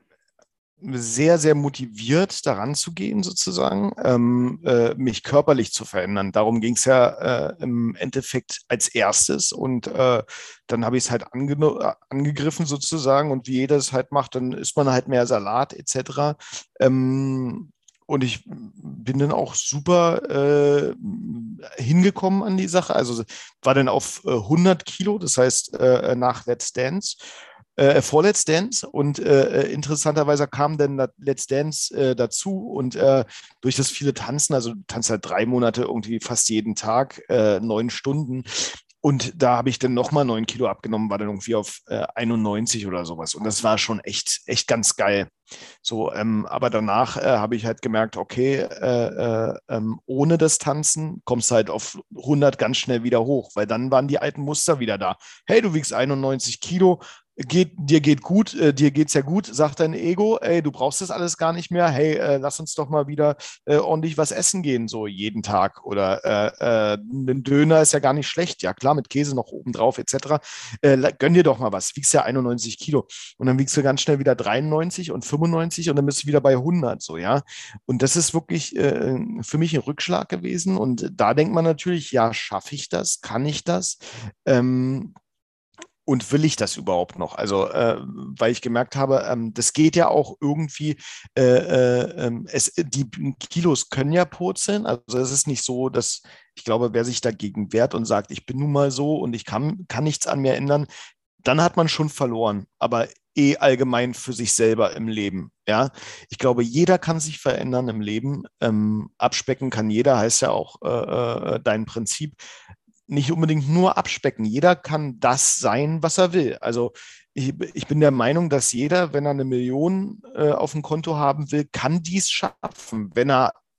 sehr, sehr motiviert, daran zu gehen, sozusagen, ähm, äh, mich körperlich zu verändern. Darum ging es ja äh, im Endeffekt als erstes. Und äh, dann habe ich es halt ange angegriffen, sozusagen. Und wie jeder es halt macht, dann isst man halt mehr Salat et cetera. Ähm, und ich bin dann auch super äh, hingekommen an die Sache. Also war dann auf äh, hundert Kilo, das heißt äh, nach Let's Dance. Äh, vor Let's Dance und äh, interessanterweise kam dann Let's Dance äh, dazu und äh, durch das viele Tanzen, also du tanzt halt drei Monate irgendwie fast jeden Tag, äh, neun Stunden und da habe ich dann nochmal neun Kilo abgenommen, war dann irgendwie auf äh, einundneunzig oder sowas und das war schon echt, echt ganz geil. So, ähm, aber danach äh, habe ich halt gemerkt, okay, äh, äh, ähm, ohne das Tanzen kommst du halt auf hundert ganz schnell wieder hoch, weil dann waren die alten Muster wieder da. Hey, du wiegst einundneunzig Kilo, geht, dir geht gut, äh, dir geht's ja gut, sagt dein Ego, ey, du brauchst das alles gar nicht mehr, hey, äh, lass uns doch mal wieder äh, ordentlich was essen gehen, so jeden Tag. Oder äh, äh, ein Döner ist ja gar nicht schlecht, ja klar, mit Käse noch obendrauf et cetera. Äh, gönn dir doch mal was, wiegst ja einundneunzig Kilo. Und dann wiegst du ganz schnell wieder dreiundneunzig und fünfundneunzig und dann bist du wieder bei hundert, so, ja. Und das ist wirklich äh, für mich ein Rückschlag gewesen. Und da denkt man natürlich, ja, schaffe ich das? Kann ich das? Ähm, Und will ich das überhaupt noch? Also, äh, weil ich gemerkt habe, ähm, das geht ja auch irgendwie, äh, äh, ähm, es, die Kilos können ja purzeln. Also es ist nicht so, dass ich glaube, wer sich dagegen wehrt und sagt, ich bin nun mal so und ich kann, kann nichts an mir ändern, dann hat man schon verloren. Aber eh allgemein für sich selber im Leben. Ja, ich glaube, jeder kann sich verändern im Leben. Ähm, abspecken kann jeder, heißt ja auch äh, äh, dein Prinzip nicht unbedingt nur abspecken. Jeder kann das sein, was er will. Also ich, ich bin der Meinung, dass jeder, wenn er eine Million äh, auf dem Konto haben will, kann dies schaffen, wenn er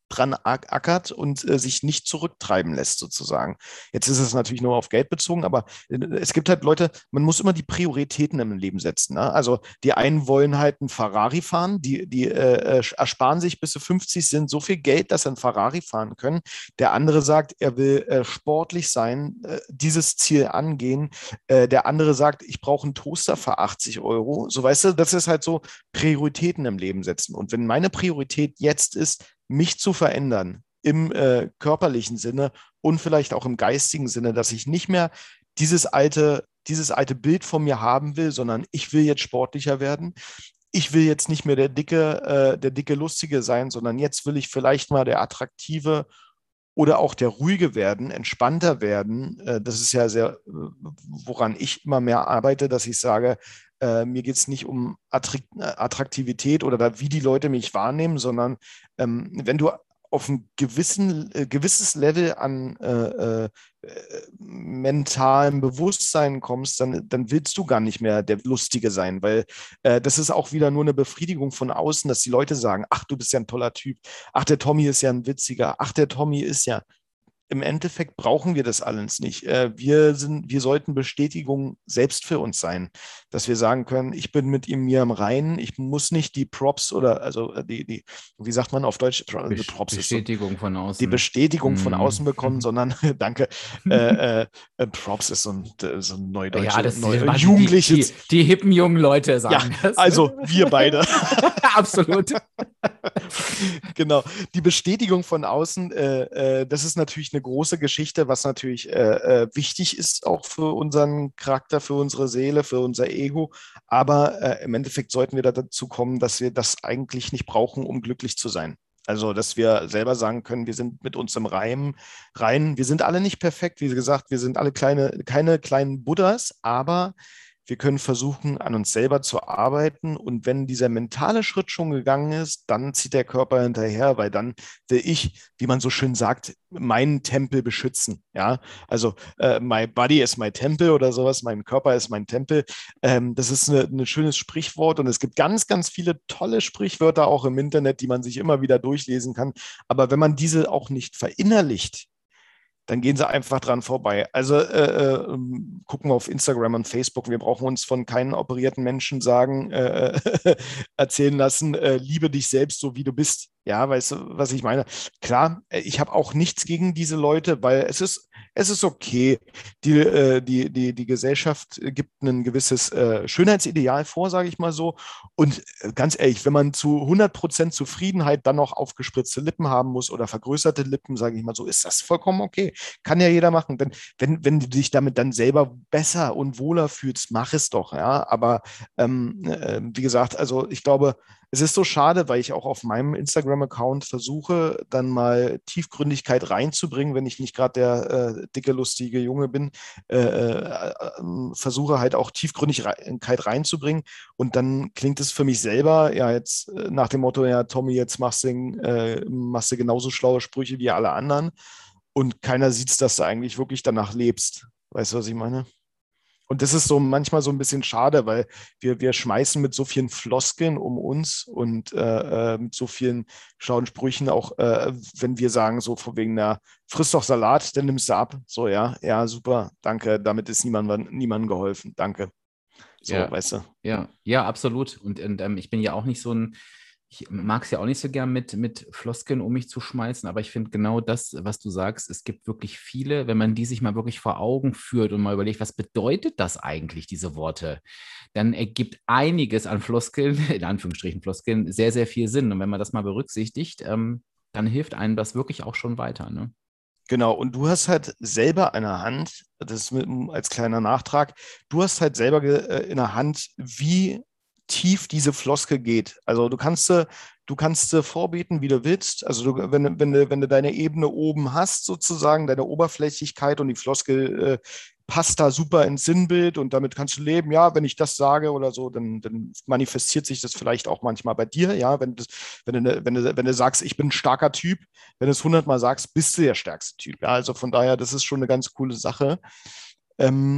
dran ackert und äh, sich nicht zurücktreiben lässt sozusagen. Jetzt ist es natürlich nur auf Geld bezogen, aber äh, es gibt halt Leute, man muss immer die Prioritäten im Leben setzen. Ne? Also die einen wollen halt einen Ferrari fahren, die, die äh, ersparen sich bis sie fünfzig sind so viel Geld, dass sie einen Ferrari fahren können. Der andere sagt, er will äh, sportlich sein, äh, dieses Ziel angehen. Äh, der andere sagt, ich brauche einen Toaster für achtzig Euro. So weißt du, das ist halt so Prioritäten im Leben setzen. Und wenn meine Priorität jetzt ist, mich zu verändern im äh, körperlichen Sinne und vielleicht auch im geistigen Sinne, dass ich nicht mehr dieses alte, dieses alte Bild von mir haben will, sondern ich will jetzt sportlicher werden. Ich will jetzt nicht mehr der dicke, äh, der dicke Lustige sein, sondern jetzt will ich vielleicht mal der attraktive oder auch der ruhige werden, entspannter werden. Äh, das ist ja sehr, woran ich immer mehr arbeite, dass ich sage, äh, mir geht es nicht um Attraktivität oder da, wie die Leute mich wahrnehmen, sondern ähm, wenn du auf ein gewissen, äh, gewisses Level an äh, äh, mentalem Bewusstsein kommst, dann, dann willst du gar nicht mehr der Lustige sein, weil äh, das ist auch wieder nur eine Befriedigung von außen, dass die Leute sagen, ach, du bist ja ein toller Typ, ach, der Tommy ist ja ein Witziger, ach, der Tommy ist ja. Im Endeffekt brauchen wir das alles nicht. Wir sind, wir sollten Bestätigung selbst für uns sein, dass wir sagen können, ich bin mit ihm mir im Reinen, ich muss nicht die Props oder, also die, die, wie sagt man auf Deutsch? Be Props Bestätigung ist so, von außen. Die Bestätigung von mm. außen bekommen, sondern, danke, äh, äh, Props ist so ein, so ein neudeutsches, ja, das neu, ist jugendliches. Die, die, die hippen jungen Leute sagen ja, das. Also wir beide. Absolut. Genau, die Bestätigung von außen, äh, äh, das ist natürlich eine große Geschichte, was natürlich äh, äh, wichtig ist, auch für unseren Charakter, für unsere Seele, für unser Ego. Aber äh, im Endeffekt sollten wir da dazu kommen, dass wir das eigentlich nicht brauchen, um glücklich zu sein. Also, dass wir selber sagen können, wir sind mit uns im Reim, rein. Wir sind alle nicht perfekt, wie gesagt, wir sind alle kleine, keine kleinen Buddhas, aber wir können versuchen, an uns selber zu arbeiten. Und wenn dieser mentale Schritt schon gegangen ist, dann zieht der Körper hinterher, weil dann will ich, wie man so schön sagt, meinen Tempel beschützen. Ja, also äh, my body is my temple oder sowas, mein Körper ist mein Tempel. Ähm, das ist ein schönes Sprichwort und es gibt ganz, ganz viele tolle Sprichwörter auch im Internet, die man sich immer wieder durchlesen kann. Aber wenn man diese auch nicht verinnerlicht, dann gehen sie einfach dran vorbei. Also äh, äh, gucken wir auf Instagram und Facebook. Wir brauchen uns von keinen operierten Menschen sagen, äh, erzählen lassen, äh, liebe dich selbst so, wie du bist. Ja, weißt du, was ich meine? Klar, ich habe auch nichts gegen diese Leute, weil es ist, es ist okay. Die, äh, die, die, die Gesellschaft gibt ein gewisses äh, Schönheitsideal vor, sage ich mal so. Und äh, ganz ehrlich, wenn man zu hundert Prozent Zufriedenheit dann noch aufgespritzte Lippen haben muss oder vergrößerte Lippen, sage ich mal so, ist das vollkommen okay. Kann ja jeder machen. Wenn, wenn, wenn du dich damit dann selber besser und wohler fühlst, mach es doch. Ja? Aber ähm, äh, wie gesagt, also ich glaube, es ist so schade, weil ich auch auf meinem Instagram-Account versuche, dann mal Tiefgründigkeit reinzubringen, wenn ich nicht gerade der äh, dicke, lustige Junge bin, äh, äh, versuche halt auch Tiefgründigkeit reinzubringen und dann klingt es für mich selber, ja jetzt äh, nach dem Motto, ja Tommy, jetzt machst du, äh, machst du genauso schlaue Sprüche wie alle anderen und keiner sieht es, dass du eigentlich wirklich danach lebst. Weißt du, was ich meine? Und das ist so manchmal so ein bisschen schade, weil wir, wir schmeißen mit so vielen Floskeln um uns und äh, mit so vielen schlauen Sprüchen, auch äh, wenn wir sagen, so von wegen, na, friss doch Salat, dann nimmst du ab. So, ja, ja, super, danke, damit ist niemand, niemandem geholfen, danke. So, ja, weißt du. Ja, ja, absolut. Und, und ähm, ich bin ja auch nicht so ein, ich mag es ja auch nicht so gern mit, mit Floskeln um mich zu schmeißen, aber ich finde genau das, was du sagst, es gibt wirklich viele, wenn man die sich mal wirklich vor Augen führt und mal überlegt, was bedeutet das eigentlich, diese Worte, dann ergibt einiges an Floskeln, in Anführungsstrichen Floskeln, sehr, sehr viel Sinn. Und wenn man das mal berücksichtigt, ähm, dann hilft einem das wirklich auch schon weiter, ne? Genau, und du hast halt selber in der Hand, das ist mit, als kleiner Nachtrag, du hast halt selber äh, in der Hand, wie tief diese Floskel geht. Also du kannst du kannst vorbeten, wie du willst. Also du, wenn, wenn, du, wenn du deine Ebene oben hast, sozusagen, deine Oberflächlichkeit und die Floskel äh, passt da super ins Sinnbild und damit kannst du leben. Ja, wenn ich das sage oder so, dann, dann manifestiert sich das vielleicht auch manchmal bei dir. Ja, wenn, das, wenn, du, wenn, du, wenn du sagst, ich bin ein starker Typ, wenn du es hundertmal sagst, bist du der stärkste Typ. Ja, also von daher, das ist schon eine ganz coole Sache. Ähm,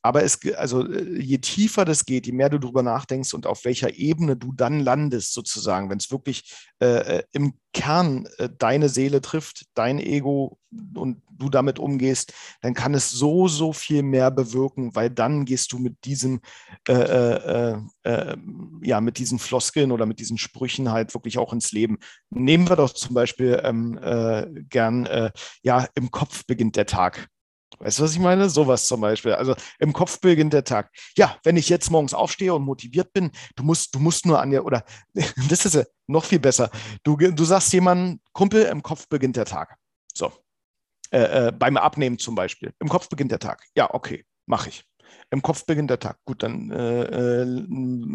Aber es, also je tiefer das geht, je mehr du darüber nachdenkst und auf welcher Ebene du dann landest, sozusagen, wenn es wirklich äh, im Kern äh, deine Seele trifft, dein Ego und du damit umgehst, dann kann es so, so viel mehr bewirken, weil dann gehst du mit diesem, äh, äh, äh, ja, mit diesen Floskeln oder mit diesen Sprüchen halt wirklich auch ins Leben. Nehmen wir doch zum Beispiel ähm, äh, gern, äh, ja, im Kopf beginnt der Tag. Weißt du, was ich meine? Sowas zum Beispiel. Also im Kopf beginnt der Tag. Ja, wenn ich jetzt morgens aufstehe und motiviert bin, du musst, du musst nur an dir, oder das ist ja noch viel besser. Du, du sagst jemandem, Kumpel, im Kopf beginnt der Tag. So. Äh, äh, beim Abnehmen zum Beispiel. Im Kopf beginnt der Tag. Ja, okay, mache ich. Im Kopf beginnt der Tag. Gut, dann äh, äh,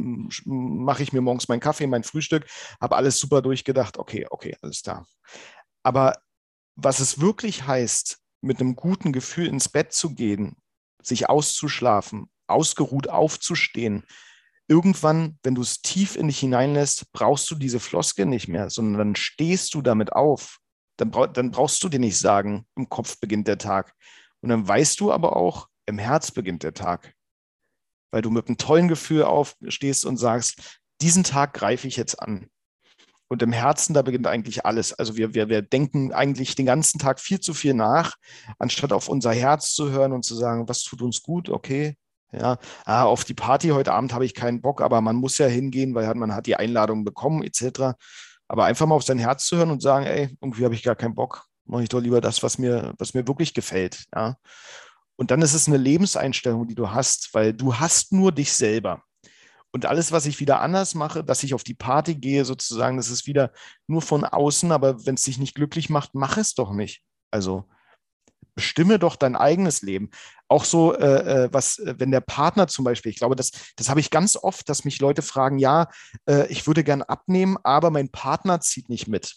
mache ich mir morgens meinen Kaffee, mein Frühstück, habe alles super durchgedacht. Okay, okay, alles da. Aber was es wirklich heißt, mit einem guten Gefühl ins Bett zu gehen, sich auszuschlafen, ausgeruht aufzustehen. Irgendwann, wenn du es tief in dich hineinlässt, brauchst du diese Floskel nicht mehr, sondern dann stehst du damit auf. Dann, brauch, dann brauchst du dir nicht sagen, im Kopf beginnt der Tag. Und dann weißt du aber auch, im Herz beginnt der Tag. Weil du mit einem tollen Gefühl aufstehst und sagst, diesen Tag greife ich jetzt an. Und im Herzen, da beginnt eigentlich alles. Also wir, wir, wir denken eigentlich den ganzen Tag viel zu viel nach, anstatt auf unser Herz zu hören und zu sagen, was tut uns gut, okay. Ja, ah, auf die Party heute Abend habe ich keinen Bock, aber man muss ja hingehen, weil man hat die Einladung bekommen, et cetera. Aber einfach mal auf sein Herz zu hören und sagen, ey, irgendwie habe ich gar keinen Bock, mache ich doch lieber das, was mir, was mir wirklich gefällt. Ja. Und dann ist es eine Lebenseinstellung, die du hast, weil du hast nur dich selber. Und alles, was ich wieder anders mache, dass ich auf die Party gehe, sozusagen, das ist wieder nur von außen, aber wenn es dich nicht glücklich macht, mach es doch nicht. Also bestimme doch dein eigenes Leben. Auch so, äh, was, wenn der Partner zum Beispiel, ich glaube, das, das habe ich ganz oft, dass mich Leute fragen, ja, äh, ich würde gern abnehmen, aber mein Partner zieht nicht mit.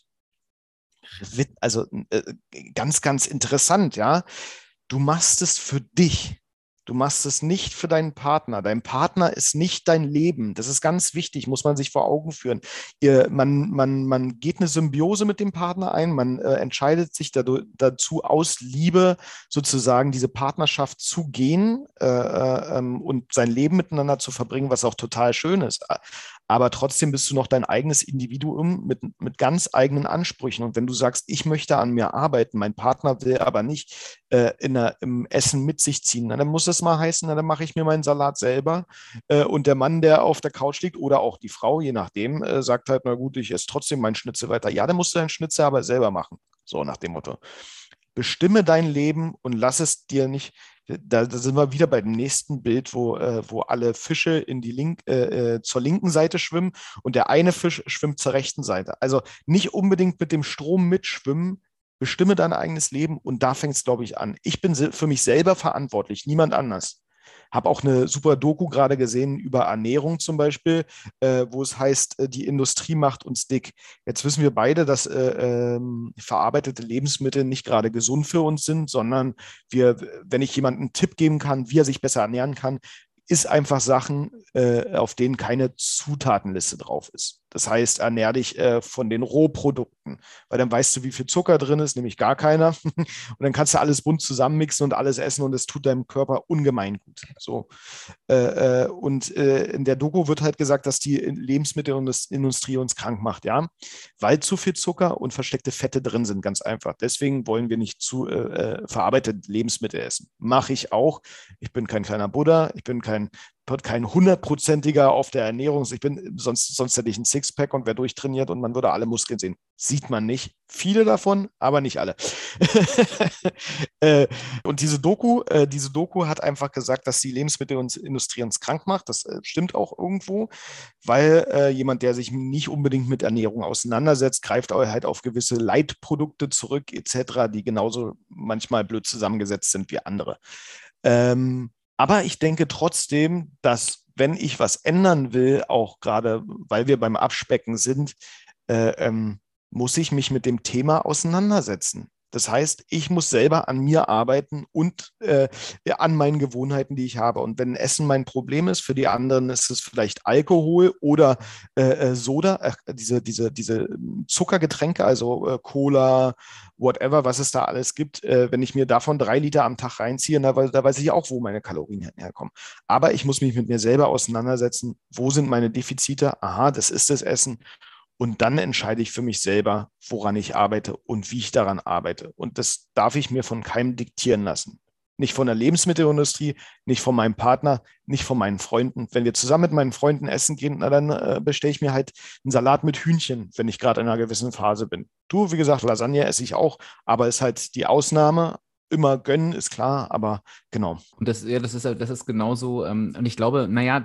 Also äh, ganz, ganz interessant, ja. Du machst es für dich. Du machst es nicht für deinen Partner. Dein Partner ist nicht dein Leben. Das ist ganz wichtig, muss man sich vor Augen führen. Ihr, man, man, man geht eine Symbiose mit dem Partner ein, man äh, entscheidet sich dadurch, dazu aus Liebe sozusagen diese Partnerschaft zu gehen äh, äh, und sein Leben miteinander zu verbringen, was auch total schön ist. Aber trotzdem bist du noch dein eigenes Individuum mit, mit ganz eigenen Ansprüchen. Und wenn du sagst, ich möchte an mir arbeiten, mein Partner will aber nicht äh, in der, im Essen mit sich ziehen, na, dann muss das mal heißen, na, dann mache ich mir meinen Salat selber. Äh, und der Mann, der auf der Couch liegt oder auch die Frau, je nachdem, äh, sagt halt, na gut, ich esse trotzdem meinen Schnitzel weiter. Ja, dann musst du deinen Schnitzel aber selber machen. So nach dem Motto. Bestimme dein Leben und lass es dir nicht, da, da sind wir wieder bei dem nächsten Bild, wo, äh, wo alle Fische in die Link, äh, äh, zur linken Seite schwimmen und der eine Fisch schwimmt zur rechten Seite. Also nicht unbedingt mit dem Strom mitschwimmen, bestimme dein eigenes Leben und da fängt es, glaube ich, an. Ich bin für mich selber verantwortlich, niemand anders. Habe auch eine super Doku gerade gesehen über Ernährung zum Beispiel, äh, wo es heißt, äh, die Industrie macht uns dick. Jetzt wissen wir beide, dass äh, ähm, verarbeitete Lebensmittel nicht gerade gesund für uns sind, sondern wir, wenn ich jemandem einen Tipp geben kann, wie er sich besser ernähren kann, ist einfach Sachen, äh, auf denen keine Zutatenliste drauf ist. Das heißt, ernähr dich äh, von den Rohprodukten, weil dann weißt du, wie viel Zucker drin ist, nämlich gar keiner. Und dann kannst du alles bunt zusammenmixen und alles essen und es tut deinem Körper ungemein gut. So. Äh, äh, und äh, in der Doku wird halt gesagt, dass die Lebensmittelindustrie uns krank macht, ja, weil zu viel Zucker und versteckte Fette drin sind, ganz einfach. Deswegen wollen wir nicht zu äh, verarbeitete Lebensmittel essen. Mache ich auch. Ich bin kein kleiner Buddha, ich bin kein kein hundertprozentiger auf der Ernährung. Ich bin, sonst, sonst hätte ich ein Sixpack und wäre durchtrainiert und man würde alle Muskeln sehen. Sieht man nicht. Viele davon, aber nicht alle. äh, und diese Doku, äh, diese Doku hat einfach gesagt, dass die Lebensmittelindustrie uns krank macht. Das äh, stimmt auch irgendwo, weil äh, jemand, der sich nicht unbedingt mit Ernährung auseinandersetzt, greift halt auf gewisse Leitprodukte zurück, et cetera, die genauso manchmal blöd zusammengesetzt sind wie andere. Ähm, Aber ich denke trotzdem, dass wenn ich was ändern will, auch gerade weil wir beim Abspecken sind, äh, ähm, muss ich mich mit dem Thema auseinandersetzen. Das heißt, ich muss selber an mir arbeiten und äh, an meinen Gewohnheiten, die ich habe. Und wenn Essen mein Problem ist, für die anderen ist es vielleicht Alkohol oder äh, Soda, äh, diese, diese, diese Zuckergetränke, also äh, Cola, whatever, was es da alles gibt. Äh, wenn ich mir davon drei Liter am Tag reinziehe, da, da weiß ich auch, wo meine Kalorien herkommen. Aber ich muss mich mit mir selber auseinandersetzen, wo sind meine Defizite? Aha, das ist das Essen. Und dann entscheide ich für mich selber, woran ich arbeite und wie ich daran arbeite. Und das darf ich mir von keinem diktieren lassen. Nicht von der Lebensmittelindustrie, nicht von meinem Partner, nicht von meinen Freunden. Wenn wir zusammen mit meinen Freunden essen gehen, na, dann äh, bestelle ich mir halt einen Salat mit Hühnchen, wenn ich gerade in einer gewissen Phase bin. Du, wie gesagt, Lasagne esse ich auch, aber ist halt die Ausnahme. Immer gönnen, ist klar, aber genau. Und das, ja, das ist, das ist genauso. Ähm, und ich glaube, naja,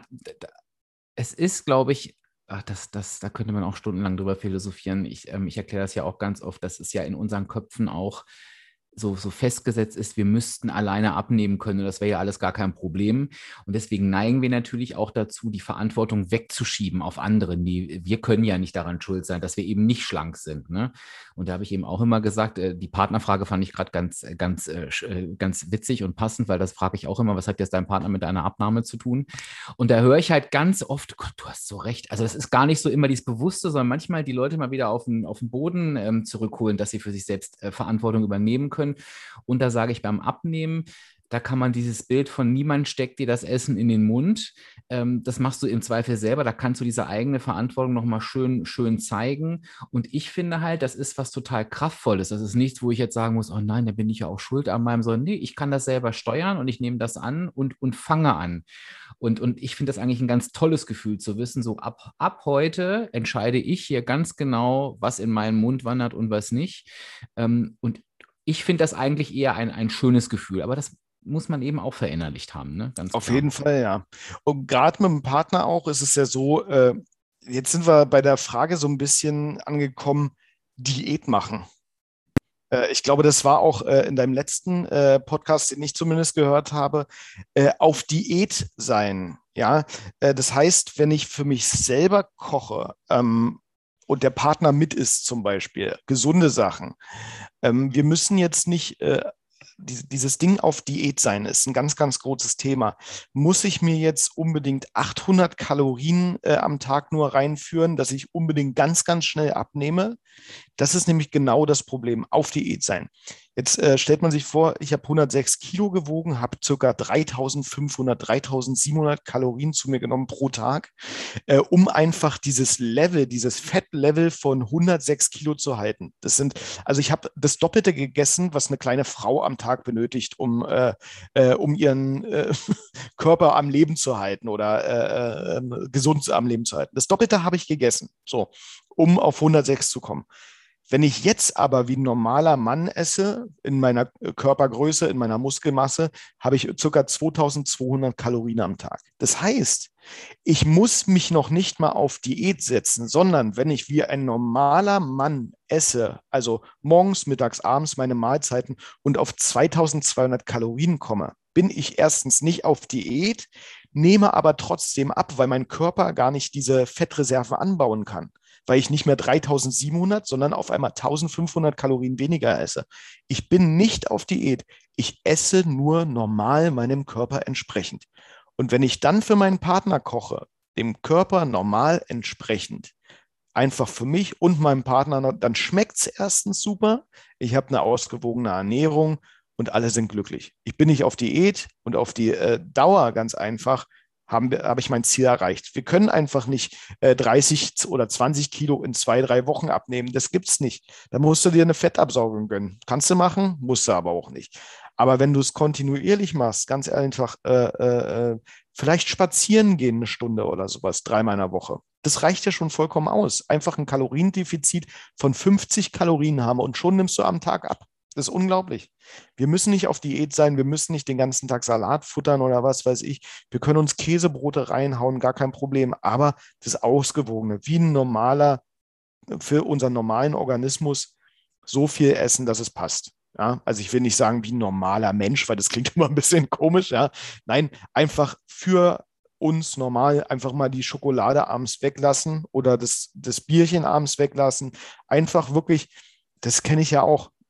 es ist, glaube ich, ach, das, das, da könnte man auch stundenlang drüber philosophieren. Ich, ähm, ich erkläre das ja auch ganz oft, das ist ja in unseren Köpfen auch so, so festgesetzt ist, wir müssten alleine abnehmen können und das wäre ja alles gar kein Problem. Und deswegen neigen wir natürlich auch dazu, die Verantwortung wegzuschieben auf andere. Die, wir können ja nicht daran schuld sein, dass wir eben nicht schlank sind. Ne? Und da habe ich eben auch immer gesagt, äh, die Partnerfrage fand ich gerade ganz, ganz, äh, ganz witzig und passend, weil das frage ich auch immer, was hat jetzt dein Partner mit deiner Abnahme zu tun? Und da höre ich halt ganz oft, Gott, du hast so recht. Also das ist gar nicht so immer dieses Bewusste, sondern manchmal die Leute mal wieder auf den, auf den Boden ähm, zurückholen, dass sie für sich selbst äh, Verantwortung übernehmen können. Und da sage ich beim Abnehmen, da kann man dieses Bild von niemand steckt dir das Essen in den Mund, ähm, das machst du im Zweifel selber, da kannst du diese eigene Verantwortung nochmal schön, schön zeigen. Und ich finde halt, das ist was total Kraftvolles. Das ist nichts, wo ich jetzt sagen muss, oh nein, da bin ich ja auch schuld an meinem, sondern nee, ich kann das selber steuern und ich nehme das an und, und fange an. Und, und ich finde das eigentlich ein ganz tolles Gefühl zu wissen, so ab, ab heute entscheide ich hier ganz genau, was in meinen Mund wandert und was nicht. Ähm, und ich finde das eigentlich eher ein, ein schönes Gefühl, aber das muss man eben auch verinnerlicht haben, ne? Ganz Auf klar. jeden Fall, ja. Und gerade mit dem Partner auch ist es ja so, äh, jetzt sind wir bei der Frage so ein bisschen angekommen, Diät machen. Äh, ich glaube, das war auch äh, in deinem letzten äh, Podcast, den ich zumindest gehört habe, äh, auf Diät sein. Ja, äh, das heißt, wenn ich für mich selber koche, ähm, und der Partner mit isst zum Beispiel, gesunde Sachen. Ähm, wir müssen jetzt nicht äh, die, dieses Ding auf Diät sein, ist ein ganz, ganz großes Thema. Muss ich mir jetzt unbedingt achthundert Kalorien äh, am Tag nur reinführen, dass ich unbedingt ganz, ganz schnell abnehme? Das ist nämlich genau das Problem, auf Diät sein. Jetzt äh, stellt man sich vor, ich habe hundertsechs Kilo gewogen, habe ca. dreitausendfünfhundert, dreitausendsiebenhundert Kalorien zu mir genommen pro Tag, äh, um einfach dieses Level, dieses Fettlevel von hundertsechs Kilo zu halten. Das sind, also ich habe das Doppelte gegessen, was eine kleine Frau am Tag benötigt, um, äh, äh, um ihren äh, Körper am Leben zu halten oder äh, äh, gesund am Leben zu halten. Das Doppelte habe ich gegessen, so, um auf hundertsechs zu kommen. Wenn ich jetzt aber wie ein normaler Mann esse, in meiner Körpergröße, in meiner Muskelmasse, habe ich ca. zweitausendzweihundert Kalorien am Tag. Das heißt, ich muss mich noch nicht mal auf Diät setzen, sondern wenn ich wie ein normaler Mann esse, also morgens, mittags, abends meine Mahlzeiten und auf zweitausendzweihundert Kalorien komme, bin ich erstens nicht auf Diät, nehme aber trotzdem ab, weil mein Körper gar nicht diese Fettreserve anbauen kann, weil ich nicht mehr dreitausendsiebenhundert, sondern auf einmal eintausendfünfhundert Kalorien weniger esse. Ich bin nicht auf Diät. Ich esse nur normal meinem Körper entsprechend. Und wenn ich dann für meinen Partner koche, dem Körper normal entsprechend, einfach für mich und meinem Partner, dann schmeckt es erstens super. Ich habe eine ausgewogene Ernährung und alle sind glücklich. Ich bin nicht auf Diät und auf die äh, Dauer ganz einfach, habe hab ich mein Ziel erreicht. Wir können einfach nicht äh, dreißig oder zwanzig Kilo in zwei, drei Wochen abnehmen. Das gibt's nicht. Da musst du dir eine Fettabsaugung gönnen. Kannst du machen, musst du aber auch nicht. Aber wenn du es kontinuierlich machst, ganz einfach, äh, äh, vielleicht spazieren gehen eine Stunde oder sowas, dreimal in der Woche. Das reicht ja schon vollkommen aus. Einfach ein Kaloriendefizit von fünfzig Kalorien haben und schon nimmst du am Tag ab. Das ist unglaublich. Wir müssen nicht auf Diät sein, wir müssen nicht den ganzen Tag Salat futtern oder was weiß ich. Wir können uns Käsebrote reinhauen, gar kein Problem. Aber das Ausgewogene, wie ein normaler, für unseren normalen Organismus, so viel essen, dass es passt. Ja, also ich will nicht sagen wie ein normaler Mensch, weil das klingt immer ein bisschen komisch. Ja. Nein, einfach für uns normal einfach mal die Schokolade abends weglassen oder das, das Bierchen abends weglassen. Einfach wirklich, das kenne ich ja auch.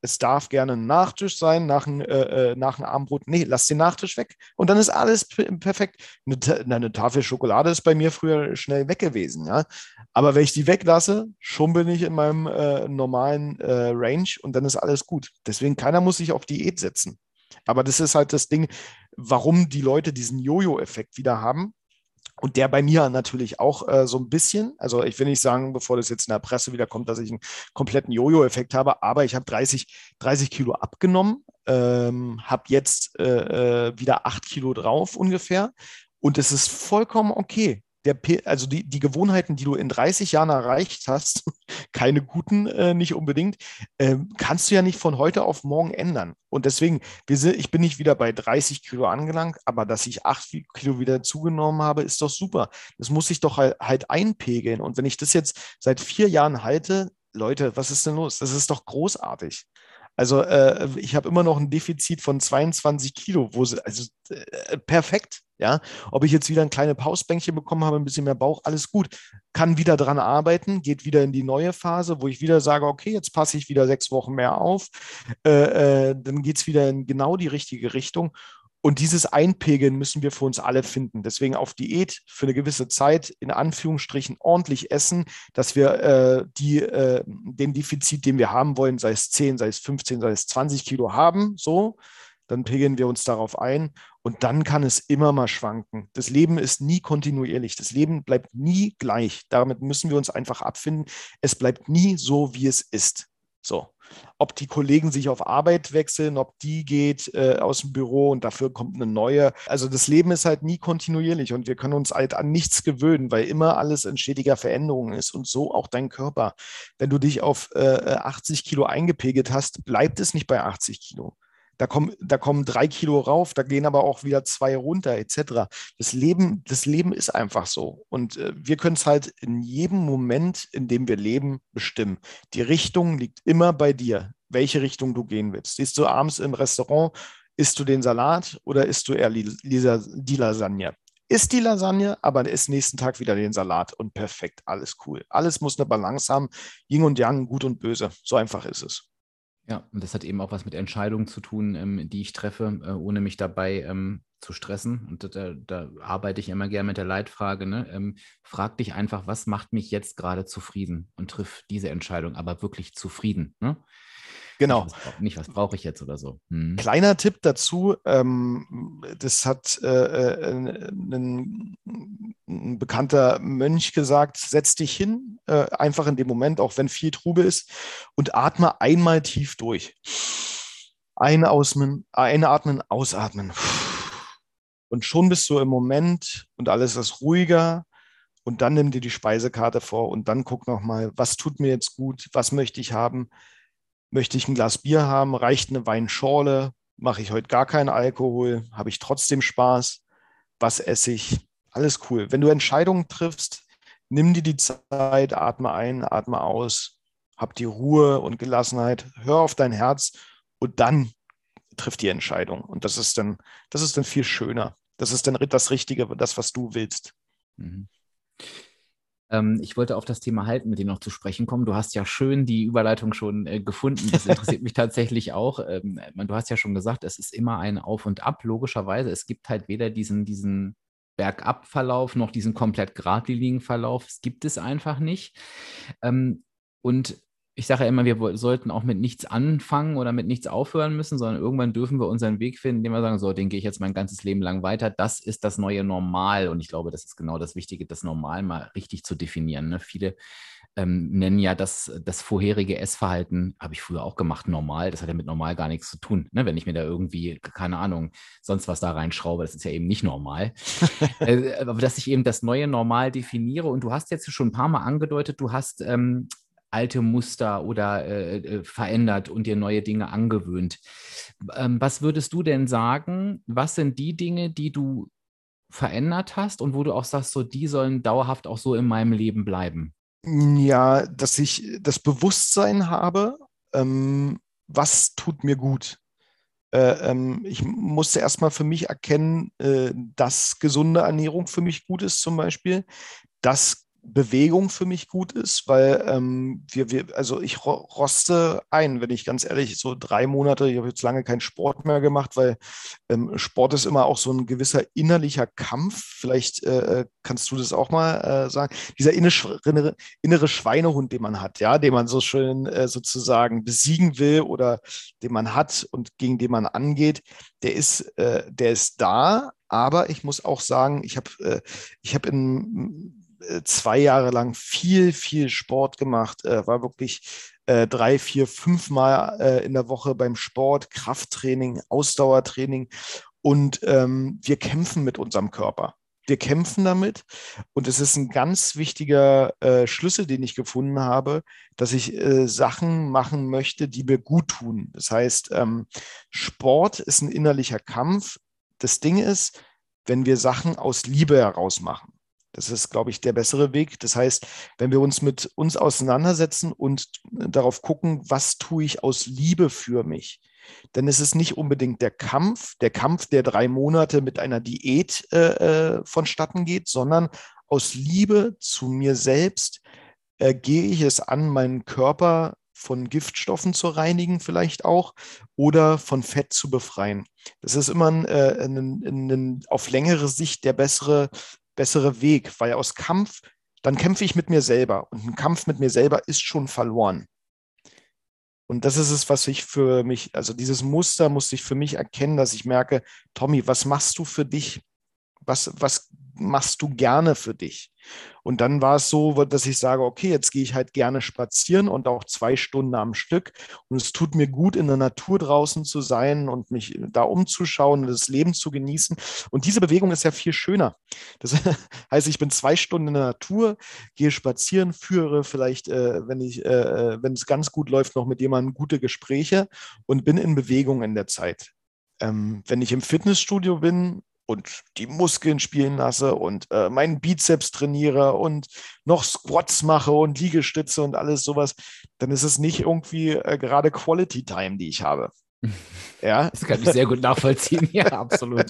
es darf gerne ein Nachtisch sein, nach einem äh, nach einem Abendbrot. Nee, lass den Nachtisch weg. Und dann ist alles p- perfekt. Eine, eine Tafel Schokolade ist bei mir früher schnell weg gewesen. Ja? Aber wenn ich die weglasse, schon bin ich in meinem äh, normalen äh, Range und dann ist alles gut. Deswegen, keiner muss sich auf Diät setzen. Aber das ist halt das Ding, warum die Leute diesen Jojo-Effekt wieder haben. Und der bei mir natürlich auch äh, so ein bisschen, also ich will nicht sagen, bevor das jetzt in der Presse wieder kommt, dass ich einen kompletten Jojo-Effekt habe, aber ich habe dreißig, dreißig Kilo abgenommen, ähm, habe jetzt äh, äh, wieder acht Kilo drauf ungefähr und es ist vollkommen okay. Der, P- also die, die Gewohnheiten, die du in dreißig Jahren erreicht hast, keine guten, äh, nicht unbedingt, ähm, kannst du ja nicht von heute auf morgen ändern. Und deswegen, wir sind, ich bin nicht wieder bei dreißig Kilo angelangt, aber dass ich acht Kilo wieder zugenommen habe, ist doch super. Das muss ich doch halt, halt einpegeln. Und wenn ich das jetzt seit vier Jahren halte, Leute, was ist denn los? Das ist doch großartig. Also äh, ich habe immer noch ein Defizit von zweiundzwanzig Kilo, wo sie, also äh, perfekt, ja. Ob ich jetzt wieder ein kleines Pausbänkchen bekommen habe, ein bisschen mehr Bauch, alles gut. Kann wieder dran arbeiten, geht wieder in die neue Phase, wo ich wieder sage, okay, jetzt passe ich wieder sechs Wochen mehr auf, äh, äh, dann geht es wieder in genau die richtige Richtung. Und dieses Einpegeln müssen wir für uns alle finden. Deswegen auf Diät für eine gewisse Zeit, in Anführungsstrichen, ordentlich essen, dass wir äh, die, äh, den Defizit, den wir haben wollen, sei es zehn, sei es fünfzehn, sei es zwanzig Kilo haben, so, dann pegeln wir uns darauf ein und dann kann es immer mal schwanken. Das Leben ist nie kontinuierlich. Das Leben bleibt nie gleich. Damit müssen wir uns einfach abfinden. Es bleibt nie so, wie es ist. So. Ob die Kollegen sich auf Arbeit wechseln, ob die geht äh, aus dem Büro und dafür kommt eine neue. Also das Leben ist halt nie kontinuierlich und wir können uns halt an nichts gewöhnen, weil immer alles in stetiger Veränderung ist und so auch dein Körper. Wenn du dich auf äh, achtzig Kilo eingepegelt hast, bleibt es nicht bei achtzig Kilo. Da kommen, da kommen drei Kilo rauf, da gehen aber auch wieder zwei runter, et cetera. Das Leben, das Leben ist einfach so. Und äh, wir können es halt in jedem Moment, in dem wir leben, bestimmen. Die Richtung liegt immer bei dir, welche Richtung du gehen willst. Siehst du abends im Restaurant, isst du den Salat oder isst du eher die, die Lasagne? Isst die Lasagne, aber isst nächsten Tag wieder den Salat und perfekt, alles cool. Alles muss eine Balance haben, Yin und Yang, gut und böse. So einfach ist es. Ja, und das hat eben auch was mit Entscheidungen zu tun, ähm, die ich treffe, äh, ohne mich dabei ähm, zu stressen. Und da, da arbeite ich immer gerne mit der Leitfrage, ne? Ähm, frag dich einfach, was macht mich jetzt gerade zufrieden und triff diese Entscheidung, aber wirklich zufrieden. Ne? Genau. Nicht, was, brauch- nicht, was brauche ich jetzt oder so. Hm. Kleiner Tipp dazu, ähm, das hat äh, äh, ein, ein bekannter Mönch gesagt, setz dich hin, äh, einfach in dem Moment, auch wenn viel Trubel ist, und atme einmal tief durch. Einatmen, einatmen, ausatmen. Und schon bist du im Moment und alles ist ruhiger. Und dann nimm dir die Speisekarte vor und dann guck nochmal, was tut mir jetzt gut, was möchte ich haben. Möchte ich ein Glas Bier haben? Reicht eine Weinschorle? Mache ich heute gar keinen Alkohol? Habe ich trotzdem Spaß? Was esse ich? Alles cool. Wenn du Entscheidungen triffst, nimm dir die Zeit, atme ein, atme aus, hab die Ruhe und Gelassenheit, hör auf dein Herz und dann triff die Entscheidung. Und das ist dann, das ist dann viel schöner. Das ist dann das Richtige, das, was du willst. Mhm. Ähm, ich wollte auf das Thema Halten mit dir noch zu sprechen kommen. Du hast ja schön die Überleitung schon äh, gefunden. Das interessiert mich tatsächlich auch. Ähm, du hast ja schon gesagt, es ist immer ein Auf und Ab, logischerweise. Es gibt halt weder diesen, diesen Bergab-Verlauf noch diesen komplett geradlinigen Verlauf. Es gibt es einfach nicht. Ähm, und ich sage ja immer, wir wo- sollten auch mit nichts anfangen oder mit nichts aufhören müssen, sondern irgendwann dürfen wir unseren Weg finden, indem wir sagen, so, den gehe ich jetzt mein ganzes Leben lang weiter. Das ist das neue Normal. Und ich glaube, das ist genau das Wichtige, das Normal mal richtig zu definieren. Ne? Viele ähm, nennen ja das, das vorherige Essverhalten, habe ich früher auch gemacht, normal. Das hat ja mit normal gar nichts zu tun. Ne? Wenn ich mir da irgendwie, keine Ahnung, sonst was da reinschraube, das ist ja eben nicht normal. äh, aber dass ich eben das neue Normal definiere. Und du hast jetzt schon ein paar Mal angedeutet, du hast ähm, alte Muster oder äh, äh, verändert und dir neue Dinge angewöhnt. Ähm, was würdest du denn sagen, was sind die Dinge, die du verändert hast und wo du auch sagst, so die sollen dauerhaft auch so in meinem Leben bleiben? Ja, dass ich das Bewusstsein habe, ähm, was tut mir gut. Äh, ähm, ich musste erstmal für mich erkennen, äh, dass gesunde Ernährung für mich gut ist zum Beispiel, dass Bewegung für mich gut ist, weil ähm, wir, wir, also ich ro- roste ein, wenn ich ganz ehrlich, so drei Monate, ich habe jetzt lange keinen Sport mehr gemacht, weil ähm, Sport ist immer auch so ein gewisser innerlicher Kampf. Vielleicht äh, kannst du das auch mal äh, sagen. Dieser innere, innere Schweinehund, den man hat, ja, den man so schön äh, sozusagen besiegen will oder den man hat und gegen den man angeht, der ist, äh, der ist da. Aber ich muss auch sagen, ich habe äh, ich habe in äh, zwei Jahre lang viel, viel Sport gemacht, äh, war wirklich äh, drei, vier, fünf Mal äh, in der Woche beim Sport, Krafttraining, Ausdauertraining und ähm, wir kämpfen mit unserem Körper. Wir kämpfen damit und es ist ein ganz wichtiger äh, Schlüssel, den ich gefunden habe, dass ich äh, Sachen machen möchte, die mir gut tun. Das heißt, ähm, Sport ist ein innerlicher Kampf. Das Ding ist, wenn wir Sachen aus Liebe heraus machen. Das ist, glaube ich, der bessere Weg. Das heißt, wenn wir uns mit uns auseinandersetzen und darauf gucken, was tue ich aus Liebe für mich, dann ist es nicht unbedingt der Kampf, der Kampf, der drei Monate mit einer Diät äh, vonstatten geht, sondern aus Liebe zu mir selbst äh, gehe ich es an, meinen Körper von Giftstoffen zu reinigen, vielleicht auch, oder von Fett zu befreien. Das ist immer ein, äh, ein, ein, ein, auf längere Sicht der bessere, bessere Weg, weil aus Kampf, dann kämpfe ich mit mir selber und ein Kampf mit mir selber ist schon verloren. Und das ist es, was ich für mich, also dieses Muster musste ich für mich erkennen, dass ich merke, Tommy, was machst du für dich? Was, was machst du gerne für dich? Und dann war es so, dass ich sage, okay, jetzt gehe ich halt gerne spazieren und auch zwei Stunden am Stück. Und es tut mir gut, in der Natur draußen zu sein und mich da umzuschauen und das Leben zu genießen. Und diese Bewegung ist ja viel schöner. Das heißt, ich bin zwei Stunden in der Natur, gehe spazieren, führe vielleicht, äh, wenn ich, äh, wenn es ganz gut läuft, noch mit jemandem gute Gespräche und bin in Bewegung in der Zeit. Ähm, wenn ich im Fitnessstudio bin, und die Muskeln spielen lasse und äh, meinen Bizeps trainiere und noch Squats mache und Liegestütze und alles sowas, dann ist es nicht irgendwie äh, gerade Quality Time, die ich habe. Ja. Das kann ich sehr gut nachvollziehen, ja, absolut.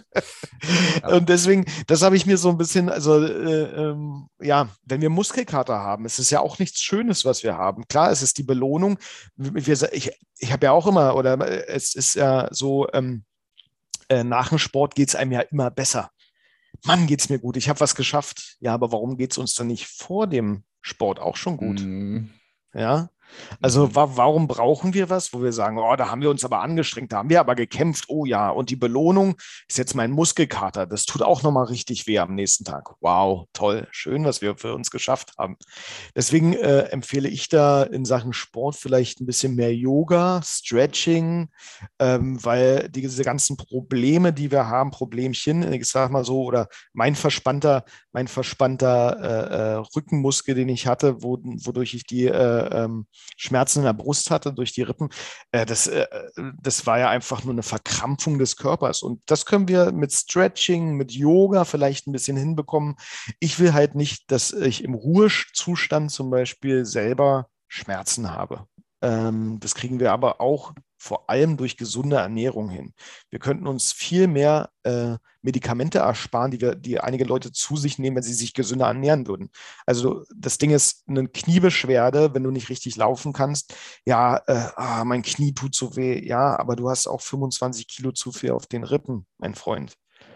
Ja. Und deswegen, das habe ich mir so ein bisschen, also äh, ähm, ja, wenn wir Muskelkater haben, ist es ja auch nichts Schönes, was wir haben. Klar, es ist die Belohnung. Wir, ich ich habe ja auch immer, oder es ist ja so, ähm, Äh, nach dem Sport geht es einem ja immer besser. Mann, geht es mir gut, ich habe was geschafft. Ja, aber warum geht es uns dann nicht vor dem Sport auch schon gut? Mm. Ja, also Mhm. wa warum brauchen wir was, wo wir sagen, oh, da haben wir uns aber angestrengt, da haben wir aber gekämpft, oh ja, und die Belohnung ist jetzt mein Muskelkater, das tut auch nochmal richtig weh am nächsten Tag. Wow, toll, schön, was wir für uns geschafft haben. Deswegen äh, empfehle ich da in Sachen Sport vielleicht ein bisschen mehr Yoga, Stretching, ähm, weil diese ganzen Probleme, die wir haben, Problemchen, ich sage mal so, oder mein verspannter, mein verspannter äh, äh, Rückenmuskel, den ich hatte, wo, wodurch ich die äh, ähm, Schmerzen in der Brust hatte durch die Rippen, äh, das, äh, das war ja einfach nur eine Verkrampfung des Körpers. Und das können wir mit Stretching, mit Yoga vielleicht ein bisschen hinbekommen. Ich will halt nicht, dass ich im Ruhezustand zum Beispiel selber Schmerzen habe. Ähm, das kriegen wir aber auch vor allem durch gesunde Ernährung hin. Wir könnten uns viel mehr äh, Medikamente ersparen, die wir, die einige Leute zu sich nehmen, wenn sie sich gesünder ernähren würden. Also das Ding ist eine Kniebeschwerde, wenn du nicht richtig laufen kannst. Ja, äh, ah, mein Knie tut so weh. Ja, aber du hast auch fünfundzwanzig Kilo zu viel auf den Rippen, mein Freund.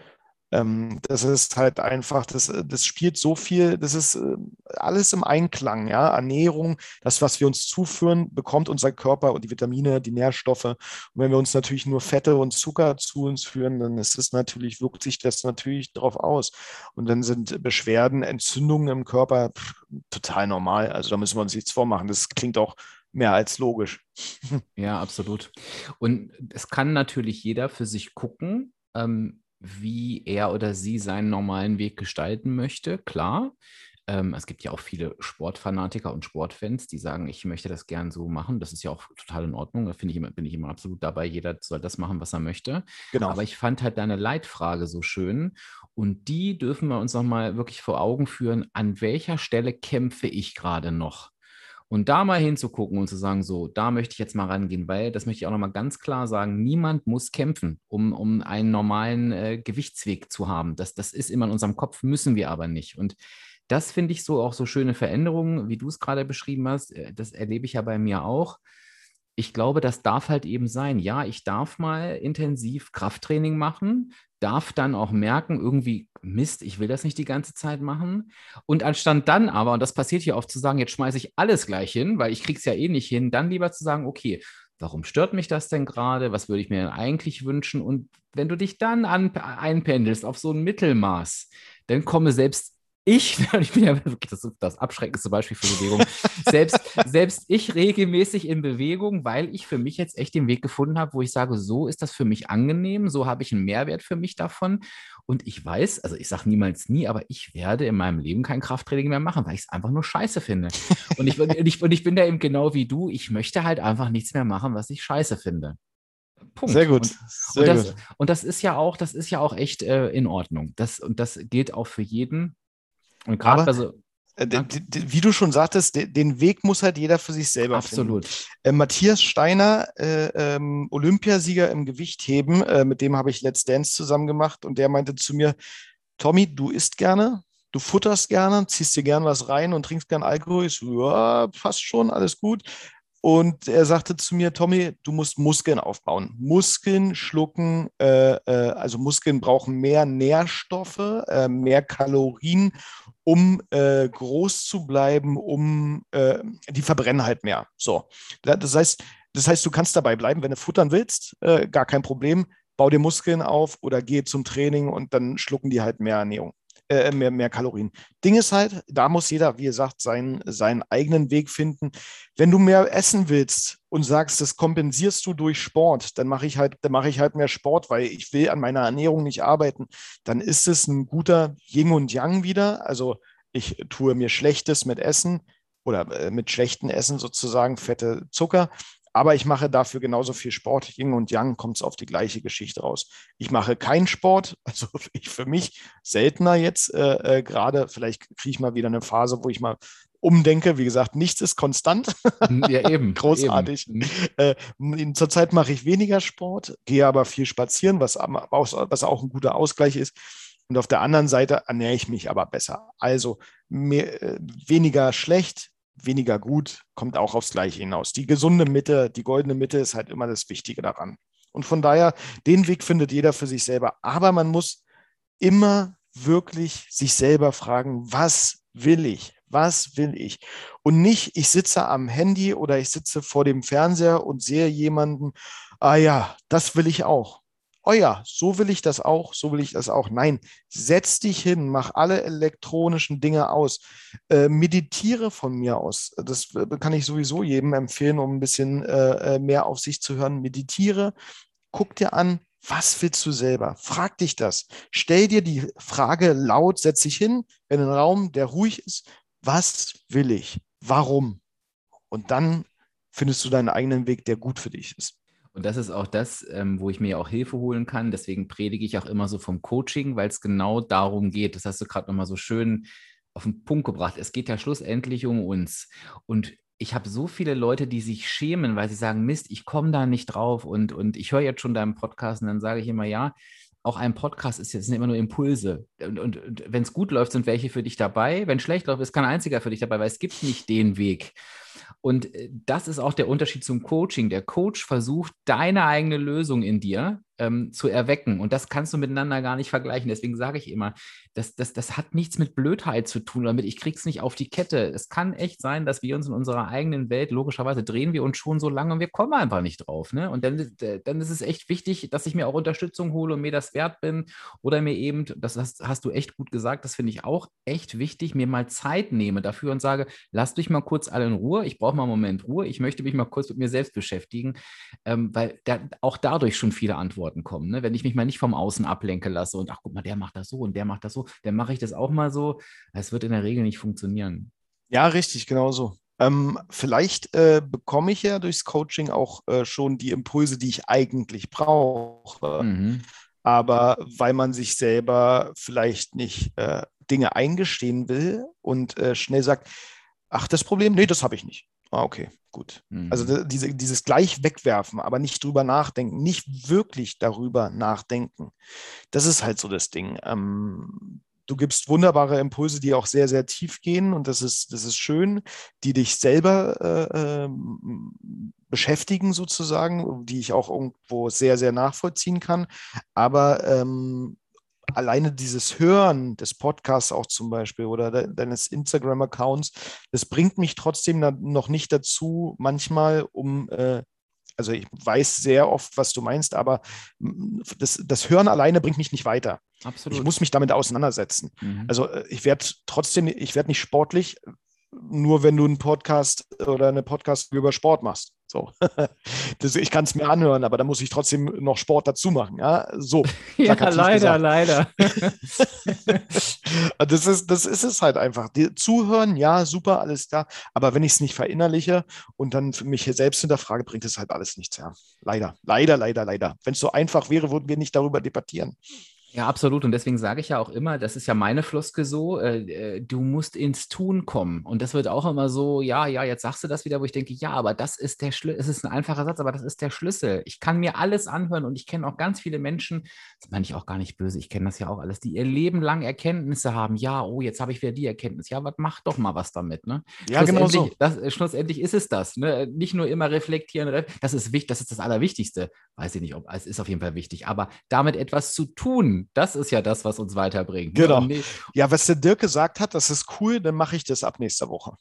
Ähm, das ist halt einfach, das, das spielt so viel, das ist äh, alles im Einklang, ja. Ernährung, das, was wir uns zuführen, bekommt unser Körper und die Vitamine, die Nährstoffe. Und wenn wir uns natürlich nur Fette und Zucker zu uns führen, dann ist es natürlich, wirkt sich das natürlich darauf aus. Und dann sind Beschwerden, Entzündungen im Körper pff, total normal. Also da müssen wir uns nichts vormachen. Das klingt auch mehr als logisch. Ja, absolut. Und es kann natürlich jeder für sich gucken, ähm, wie er oder sie seinen normalen Weg gestalten möchte, klar. Ähm, es gibt ja auch viele Sportfanatiker und Sportfans, die sagen, ich möchte das gern so machen. Das ist ja auch total in Ordnung. Da finde ich immer, bin ich immer absolut dabei. Jeder soll das machen, was er möchte. Genau. Aber ich fand halt deine Leitfrage so schön. Und die dürfen wir uns nochmal wirklich vor Augen führen. An welcher Stelle kämpfe ich gerade noch? Und da mal hinzugucken und zu sagen, so, da möchte ich jetzt mal rangehen, weil, das möchte ich auch nochmal ganz klar sagen, niemand muss kämpfen, um, um einen normalen äh, Gewichtsweg zu haben. Das, das ist immer in unserem Kopf, müssen wir aber nicht. Und das finde ich so auch so schöne Veränderungen, wie du es gerade beschrieben hast. äh, Das erlebe ich ja bei mir auch. Ich glaube, das darf halt eben sein. Ja, ich darf mal intensiv Krafttraining machen, darf dann auch merken, irgendwie, Mist, ich will das nicht die ganze Zeit machen. Und anstatt dann aber, und das passiert hier oft, zu sagen, jetzt schmeiße ich alles gleich hin, weil ich kriege es ja eh nicht hin, dann lieber zu sagen, okay, warum stört mich das denn gerade? Was würde ich mir denn eigentlich wünschen? Und wenn du dich dann an, einpendelst auf so ein Mittelmaß, dann komme selbst ich, ich bin ja wirklich das, das abschreckendste Beispiel für Bewegung, selbst, selbst ich regelmäßig in Bewegung, weil ich für mich jetzt echt den Weg gefunden habe, wo ich sage, so ist das für mich angenehm, so habe ich einen Mehrwert für mich davon. Und ich weiß, also ich sage niemals nie, aber ich werde in meinem Leben kein Krafttraining mehr machen, weil ich es einfach nur scheiße finde. Und ich, und, ich, und ich bin da eben genau wie du, ich möchte halt einfach nichts mehr machen, was ich scheiße finde. Punkt. Sehr gut. Und, Sehr und, das, gut. und das ist ja auch, das ist ja auch echt äh, in Ordnung. Das, und das gilt auch für jeden. Und gerade bei so. Äh, d- d- Wie du schon sagtest, de- den Weg muss halt jeder für sich selber Absolut. finden. Äh, Matthias Steiner, äh, ähm, Olympiasieger im Gewichtheben, äh, mit dem habe ich Let's Dance zusammen gemacht und der meinte zu mir, Tommy, du isst gerne, du futterst gerne, ziehst dir gern was rein und trinkst gern Alkohol. Ich so, ja, passt schon, alles gut. Und er sagte zu mir, Tommy, du musst Muskeln aufbauen. Muskeln schlucken, äh, äh, also Muskeln brauchen mehr Nährstoffe, äh, mehr Kalorien, um äh, groß zu bleiben, um äh, die verbrennen halt mehr. So, das heißt, das heißt, du kannst dabei bleiben, wenn du futtern willst, äh, gar kein Problem. Bau dir Muskeln auf oder geh zum Training und dann schlucken die halt mehr Ernährung, äh, mehr, mehr Kalorien. Ding ist halt, da muss jeder, wie gesagt, seinen, seinen eigenen Weg finden. Wenn du mehr essen willst und sagst, das kompensierst du durch Sport, dann mache ich halt, dann mache ich halt mehr Sport, weil ich will an meiner Ernährung nicht arbeiten. Dann ist es ein guter Yin und Yang wieder. Also ich tue mir Schlechtes mit Essen oder äh, mit schlechten Essen sozusagen, Fette, Zucker. Aber ich mache dafür genauso viel Sport. Yin und Yang kommt es auf die gleiche Geschichte raus. Ich mache keinen Sport, also ich für mich seltener jetzt äh, äh, gerade. Vielleicht kriege ich mal wieder eine Phase, wo ich mal umdenke. Wie gesagt, nichts ist konstant. Ja, eben. Großartig. Eben. Äh, zurzeit mache ich weniger Sport, gehe aber viel spazieren, was, was auch ein guter Ausgleich ist. Und auf der anderen Seite ernähre ich mich aber besser. Also mehr, äh, weniger schlecht, weniger gut, kommt auch aufs Gleiche hinaus. Die gesunde Mitte, die goldene Mitte ist halt immer das Wichtige daran. Und von daher, den Weg findet jeder für sich selber. Aber man muss immer wirklich sich selber fragen, was will ich? Was will ich? Und nicht, ich sitze am Handy oder ich sitze vor dem Fernseher und sehe jemanden, ah ja, das will ich auch. Oh ja, so will ich das auch, so will ich das auch. Nein, setz dich hin, mach alle elektronischen Dinge aus, äh, meditiere von mir aus. Das äh, kann ich sowieso jedem empfehlen, um ein bisschen äh, mehr auf sich zu hören. Meditiere, guck dir an, was willst du selber? Frag dich das. Stell dir die Frage laut, setz dich hin in einen Raum, der ruhig ist. Was will ich? Warum? Und dann findest du deinen eigenen Weg, der gut für dich ist. Und das ist auch das, ähm, wo ich mir auch Hilfe holen kann. Deswegen predige ich auch immer so vom Coaching, weil es genau darum geht. Das hast du gerade nochmal so schön auf den Punkt gebracht. Es geht ja schlussendlich um uns. Und ich habe so viele Leute, die sich schämen, weil sie sagen, Mist, ich komme da nicht drauf. Und, und ich höre jetzt schon deinen Podcast und dann sage ich immer, ja, auch ein Podcast ist jetzt sind immer nur Impulse. Und, und, und wenn es gut läuft, sind welche für dich dabei. Wenn es schlecht läuft, ist kein einziger für dich dabei, weil es gibt nicht den Weg. Und das ist auch der Unterschied zum Coaching. Der Coach versucht, deine eigene Lösung in dir ähm, zu erwecken. Und das kannst du miteinander gar nicht vergleichen. Deswegen sage ich immer, das, das, das hat nichts mit Blödheit zu tun, damit ich krieg's nicht auf die Kette. Es kann echt sein, dass wir uns in unserer eigenen Welt, logischerweise drehen wir uns schon so lange und wir kommen einfach nicht drauf. Ne? Und dann, dann ist es echt wichtig, dass ich mir auch Unterstützung hole und mir das wert bin oder mir eben, das hast, hast du echt gut gesagt, das finde ich auch echt wichtig, mir mal Zeit nehme dafür und sage, lasst mich mal kurz alle in Ruhe, ich brauche mal einen Moment Ruhe, ich möchte mich mal kurz mit mir selbst beschäftigen, ähm, weil da, auch dadurch schon viele Antworten kommen. Ne? Wenn ich mich mal nicht vom Außen ablenke lasse und ach guck mal, der macht das so und der macht das so, dann mache ich das auch mal so. Es wird in der Regel nicht funktionieren. Ja, richtig, genau so. Ähm, vielleicht äh, bekomme ich ja durchs Coaching auch äh, schon die Impulse, die ich eigentlich brauche. Mhm. Aber weil man sich selber vielleicht nicht äh, Dinge eingestehen will und äh, schnell sagt, ach, das Problem, nee, das habe ich nicht. Ah, okay, gut. Mhm. Also d- diese, dieses gleich wegwerfen, aber nicht drüber nachdenken, nicht wirklich darüber nachdenken. Das ist halt so das Ding. Ähm, du gibst wunderbare Impulse, die auch sehr, sehr tief gehen und das ist, das ist schön, die dich selber äh, ähm, beschäftigen sozusagen, die ich auch irgendwo sehr, sehr nachvollziehen kann. Aber ähm, alleine dieses Hören des Podcasts auch zum Beispiel oder de deines Instagram-Accounts, das bringt mich trotzdem noch nicht dazu, manchmal um, äh, also ich weiß sehr oft, was du meinst, aber das, das Hören alleine bringt mich nicht weiter. Absolut. Ich muss mich damit auseinandersetzen. Mhm. Also ich werde trotzdem, ich werde nicht sportlich, nur wenn du einen Podcast oder eine Podcast über Sport machst. So. Das, ich kann es mir anhören, aber da muss ich trotzdem noch Sport dazu machen. Ja, so. Ja, leider, leider. das, ist, das ist es halt einfach. Die, zuhören, ja, super, alles da. Aber wenn ich es nicht verinnerliche und dann für mich selbst hinterfrage, bringt es halt alles nichts. Ja. Leider, leider, leider, leider. Wenn es so einfach wäre, würden wir nicht darüber debattieren. Ja, absolut. Und deswegen sage ich ja auch immer, das ist ja meine Floskel so, äh, äh, du musst ins Tun kommen. Und das wird auch immer so, ja, ja, jetzt sagst du das wieder, wo ich denke, ja, aber das ist der Schlüssel, es ist ein einfacher Satz, aber das ist der Schlüssel. Ich kann mir alles anhören und ich kenne auch ganz viele Menschen, das meine ich auch gar nicht böse, ich kenne das ja auch alles, die ihr Leben lang Erkenntnisse haben. Ja, oh, jetzt habe ich wieder die Erkenntnis. Ja, was mach doch mal was damit, ne? Ja, genau so. Das, äh, schlussendlich ist es das, ne? Nicht nur immer reflektieren, das ist wichtig, das ist das Allerwichtigste. Weiß ich nicht, ob es ist auf jeden Fall wichtig, aber damit etwas zu tun, das ist ja das, was uns weiterbringt. Genau. Ne? Ja, was der Dirk gesagt hat, das ist cool, dann mache ich das ab nächster Woche.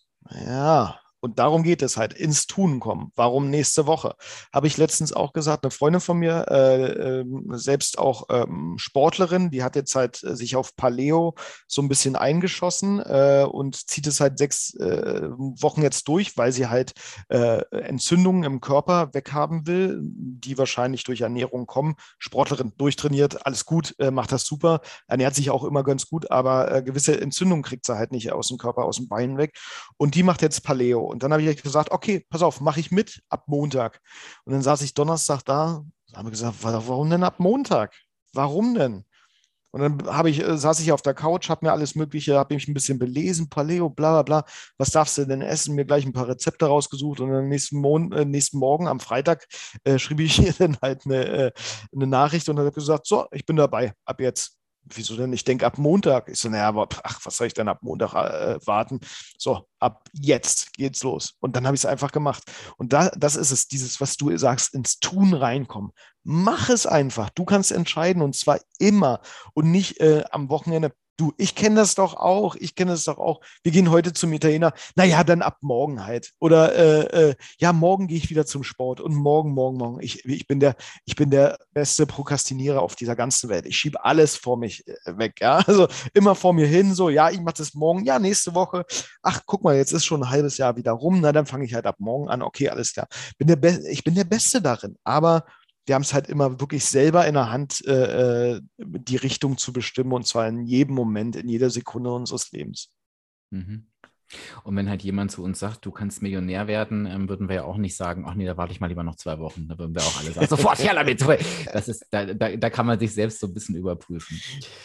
Ja, und darum geht es halt, ins Tun kommen. Warum nächste Woche? Habe ich letztens auch gesagt, eine Freundin von mir, äh, äh, selbst auch ähm, Sportlerin, die hat jetzt halt äh, sich auf Paleo so ein bisschen eingeschossen äh, und zieht es halt sechs äh, Wochen jetzt durch, weil sie halt äh, Entzündungen im Körper weghaben will, die wahrscheinlich durch Ernährung kommen. Sportlerin, durchtrainiert, alles gut, äh, macht das super, ernährt sich auch immer ganz gut, aber äh, gewisse Entzündungen kriegt sie halt nicht aus dem Körper, aus dem Bein weg. Und die macht jetzt Paleo. Und dann habe ich gesagt, okay, pass auf, mache ich mit ab Montag. Und dann saß ich Donnerstag da, haben wir gesagt, warum denn ab Montag? Warum denn? Und dann habe ich, saß ich auf der Couch, habe mir alles Mögliche, habe mich ein bisschen belesen, Paleo, bla bla bla. Was darfst du denn essen? Mir gleich ein paar Rezepte rausgesucht und am nächsten, Mon äh, nächsten Morgen, am Freitag, äh, schrieb ich ihr dann halt eine, äh, eine Nachricht und habe gesagt, so, ich bin dabei, ab jetzt. Wieso denn? Ich denke ab Montag. Ich so, naja, aber ach, was soll ich denn ab Montag äh, warten? So, ab jetzt geht's los. Und dann habe ich es einfach gemacht. Und da, das ist es, dieses, was du sagst, ins Tun reinkommen. Mach es einfach. Du kannst entscheiden und zwar immer und nicht äh, am Wochenende. Du, ich kenne das doch auch, ich kenne das doch auch. Wir gehen heute zum Italiener. Naja, dann ab morgen halt. Oder äh, äh, ja, morgen gehe ich wieder zum Sport und morgen, morgen, morgen. Ich, ich, bin der, ich bin der beste Prokrastinierer auf dieser ganzen Welt. Ich schiebe alles vor mich weg. Ja? Also immer vor mir hin, so, ja, ich mache das morgen, ja, nächste Woche. Ach, guck mal, jetzt ist schon ein halbes Jahr wieder rum. Na, dann fange ich halt ab morgen an. Okay, alles klar. Bin der Be- ich bin der Beste darin. Aber wir haben es halt immer wirklich selber in der Hand, äh, die Richtung zu bestimmen und zwar in jedem Moment, in jeder Sekunde unseres Lebens. Mhm. Und wenn halt jemand zu uns sagt, du kannst Millionär werden, ähm, würden wir ja auch nicht sagen, ach nee, da warte ich mal lieber noch zwei Wochen. Da würden wir auch alle sagen, sofort, ja, damit. Das ist, da, da, da kann man sich selbst so ein bisschen überprüfen.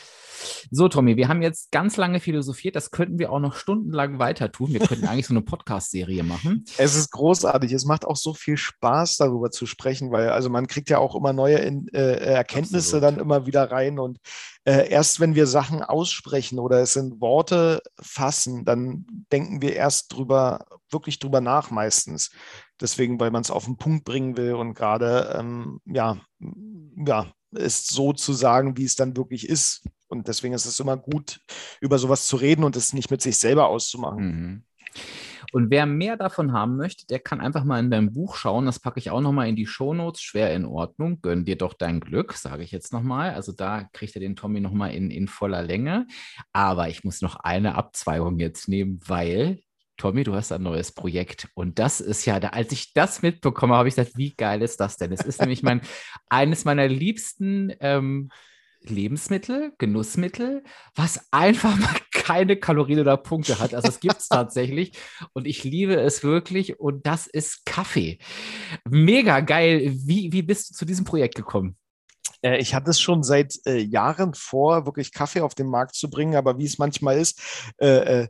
So, Tommy, wir haben jetzt ganz lange philosophiert. Das könnten wir auch noch stundenlang weiter tun. Wir könnten eigentlich so eine Podcast-Serie machen. Es ist großartig. Es macht auch so viel Spaß, darüber zu sprechen, weil also man kriegt ja auch immer neue in, äh, Erkenntnisse Absolut. Dann immer wieder rein. Und äh, erst wenn wir Sachen aussprechen oder es in Worte fassen, dann denken wir erst drüber, wirklich drüber nach meistens. Deswegen, weil man es auf den Punkt bringen will und gerade, ähm, ja, ja, es so zu sagen, wie es dann wirklich ist. Und deswegen ist es immer gut, über sowas zu reden und es nicht mit sich selber auszumachen. Mhm. Und wer mehr davon haben möchte, der kann einfach mal in dein Buch schauen. Das packe ich auch nochmal in die Shownotes. Schwer in Ordnung. Gönn dir doch dein Glück, sage ich jetzt nochmal. Also da kriegt er den Tommy nochmal in, in voller Länge. Aber ich muss noch eine Abzweigung jetzt nehmen, weil... Tommy, du hast ein neues Projekt und das ist ja, da, als ich das mitbekomme, habe ich gedacht, wie geil ist das denn? Es ist nämlich mein, eines meiner liebsten ähm, Lebensmittel, Genussmittel, was einfach mal keine Kalorien oder Punkte hat. Also es gibt es tatsächlich und ich liebe es wirklich und das ist Kaffee. Mega geil. Wie, wie bist du zu diesem Projekt gekommen? Ich hatte es schon seit äh, Jahren vor, wirklich Kaffee auf den Markt zu bringen, aber wie es manchmal ist, äh, äh,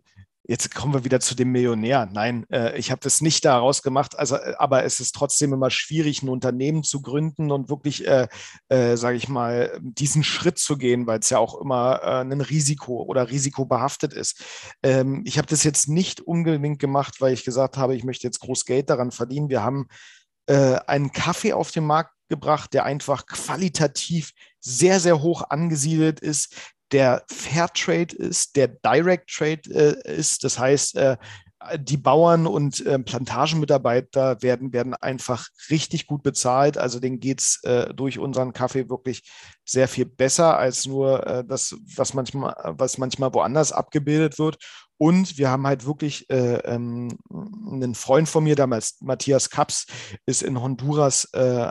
Jetzt kommen wir wieder zu dem Millionär. Nein, äh, ich habe das nicht daraus gemacht. Also, äh, aber es ist trotzdem immer schwierig, ein Unternehmen zu gründen und wirklich, äh, äh, sage ich mal, diesen Schritt zu gehen, weil es ja auch immer äh, ein Risiko oder risikobehaftet ist. Ähm, ich habe das jetzt nicht unbedingt gemacht, weil ich gesagt habe, ich möchte jetzt groß Geld daran verdienen. Wir haben äh, einen Kaffee auf den Markt gebracht, der einfach qualitativ sehr, sehr hoch angesiedelt ist, der Fairtrade ist, der Direct Trade äh, ist. Das heißt, äh, die Bauern und äh, Plantagenmitarbeiter werden, werden einfach richtig gut bezahlt. Also denen geht es äh, durch unseren Kaffee wirklich sehr viel besser als nur äh, das, was manchmal, was manchmal woanders abgebildet wird. Und wir haben halt wirklich äh, ähm, einen Freund von mir, damals Matthias Kaps, ist in Honduras, äh,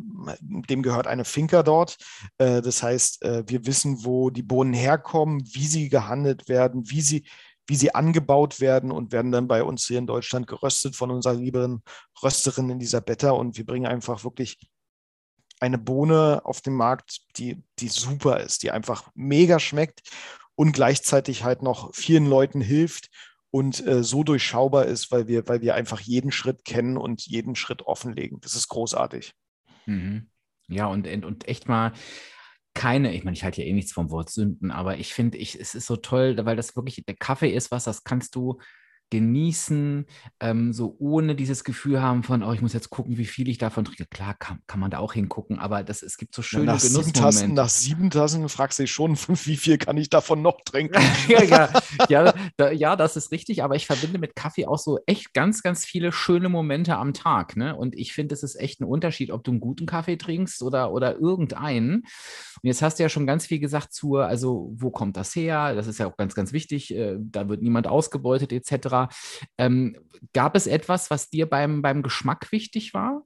dem gehört eine Finca dort. Äh, das heißt, äh, wir wissen, wo die Bohnen herkommen, wie sie gehandelt werden, wie sie, wie sie angebaut werden und werden dann bei uns hier in Deutschland geröstet von unserer lieben Rösterin Elisabetta. Und wir bringen einfach wirklich eine Bohne auf den Markt, die, die super ist, die einfach mega schmeckt und gleichzeitig halt noch vielen Leuten hilft und äh, so durchschaubar ist, weil wir, weil wir einfach jeden Schritt kennen und jeden Schritt offenlegen. Das ist großartig. Mhm. Ja, und, und echt mal keine, ich meine, ich halte ja eh nichts vom Wort Sünden, aber ich finde, ich, es ist so toll, weil das wirklich, der Kaffee ist was, das kannst du genießen, ähm, so ohne dieses Gefühl haben von, oh, ich muss jetzt gucken, wie viel ich davon trinke. Klar, kann, kann man da auch hingucken, aber das, es gibt so Na, schöne nach sieben Tassen, Genussmomente. nach sieben Tassen fragst du dich schon, wie viel kann ich davon noch trinken? Ja, ja, ja, da, ja, das ist richtig, aber ich verbinde mit Kaffee auch so echt ganz, ganz viele schöne Momente am Tag, ne? Und ich finde, es ist echt ein Unterschied, ob du einen guten Kaffee trinkst oder, oder irgendeinen. Und jetzt hast du ja schon ganz viel gesagt zu, also wo kommt das her? Das ist ja auch ganz, ganz wichtig. Äh, da wird niemand ausgebeutet et cetera. Ähm, gab es etwas, was dir beim, beim Geschmack wichtig war?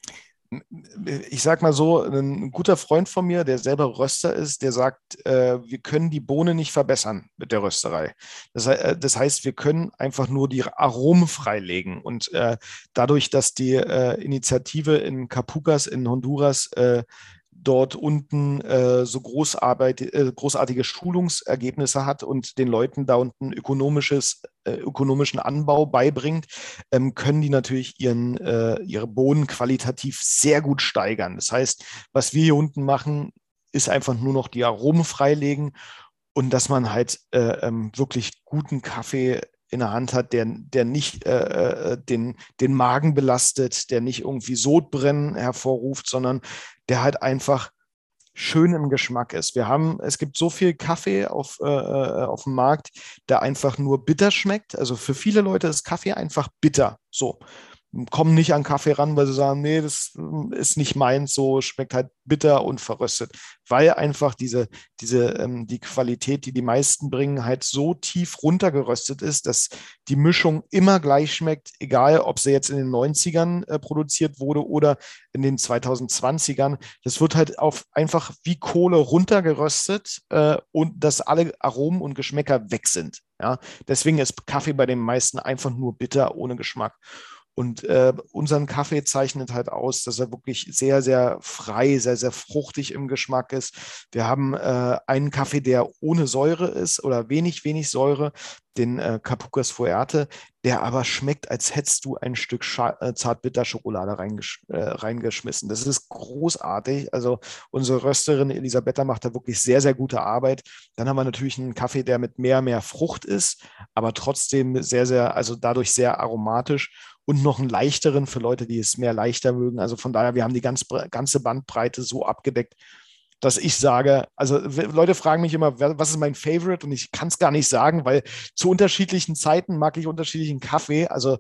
Ich sag mal so, ein guter Freund von mir, der selber Röster ist, der sagt, äh, wir können die Bohne nicht verbessern mit der Rösterei. Das, äh, das heißt, wir können einfach nur die Aromen freilegen. Und äh, dadurch, dass die äh, Initiative in Capucas in Honduras äh, dort unten äh, so großarbeit, äh, großartige Schulungsergebnisse hat und den Leuten da unten ökonomisches, äh, ökonomischen Anbau beibringt, ähm, können die natürlich ihren, äh, ihre Bohnen qualitativ sehr gut steigern. Das heißt, was wir hier unten machen, ist einfach nur noch die Aromen freilegen und dass man halt äh, ähm, wirklich guten Kaffee in der Hand hat, der, der nicht äh, den, den Magen belastet, der nicht irgendwie Sodbrennen hervorruft, sondern der halt einfach schön im Geschmack ist. Wir haben, es gibt so viel Kaffee auf, äh, auf dem Markt, der einfach nur bitter schmeckt. Also für viele Leute ist Kaffee einfach bitter. So. Kommen nicht an Kaffee ran, weil sie sagen, nee, das ist nicht meins, so schmeckt halt bitter und verröstet, weil einfach diese, diese ähm, die Qualität, die die meisten bringen, halt so tief runtergeröstet ist, dass die Mischung immer gleich schmeckt, egal ob sie jetzt in den neunzigern äh, produziert wurde oder in den zweitausendzwanzigern. Das wird halt auf einfach wie Kohle runtergeröstet äh, und dass alle Aromen und Geschmäcker weg sind. Ja? Deswegen ist Kaffee bei den meisten einfach nur bitter, ohne Geschmack. Und äh, unseren Kaffee zeichnet halt aus, dass er wirklich sehr, sehr frei, sehr, sehr fruchtig im Geschmack ist. Wir haben äh, einen Kaffee, der ohne Säure ist oder wenig, wenig Säure, den äh, Capucas Fuerte, der aber schmeckt, als hättest du ein Stück Scha äh, Zartbitterschokolade reingesch äh, reingeschmissen. Das ist großartig. Also unsere Rösterin Elisabetta macht da wirklich sehr, sehr gute Arbeit. Dann haben wir natürlich einen Kaffee, der mit mehr, mehr Frucht ist, aber trotzdem sehr, sehr, also dadurch sehr aromatisch. Und noch einen leichteren für Leute, die es mehr leichter mögen. Also von daher, wir haben die ganz, ganze Bandbreite so abgedeckt, dass ich sage, also Leute fragen mich immer, was ist mein Favorite? Und ich kann es gar nicht sagen, weil zu unterschiedlichen Zeiten mag ich unterschiedlichen Kaffee. Also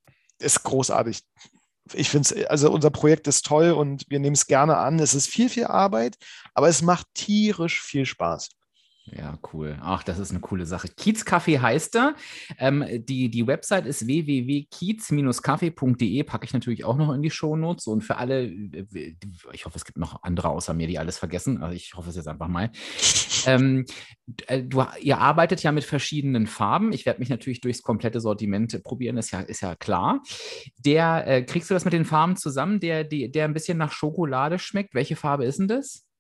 ist großartig. Ich finde es, also unser Projekt ist toll und wir nehmen es gerne an. Es ist viel, viel Arbeit, aber es macht tierisch viel Spaß. Ja, cool. Ach, das ist eine coole Sache. Kiezkaffee heißt er. Ähm, die, die Website ist w w w punkt kiez kaffee punkt de. Packe ich natürlich auch noch in die Shownotes. Und für alle, ich hoffe, es gibt noch andere außer mir, die alles vergessen. Also ich hoffe es jetzt einfach mal. Ähm, du, ihr arbeitet ja mit verschiedenen Farben. Ich werde mich natürlich durchs komplette Sortiment probieren, ist ja, ist ja klar. Der, äh, kriegst du das mit den Farben zusammen, der, die, der ein bisschen nach Schokolade schmeckt? Welche Farbe ist denn das?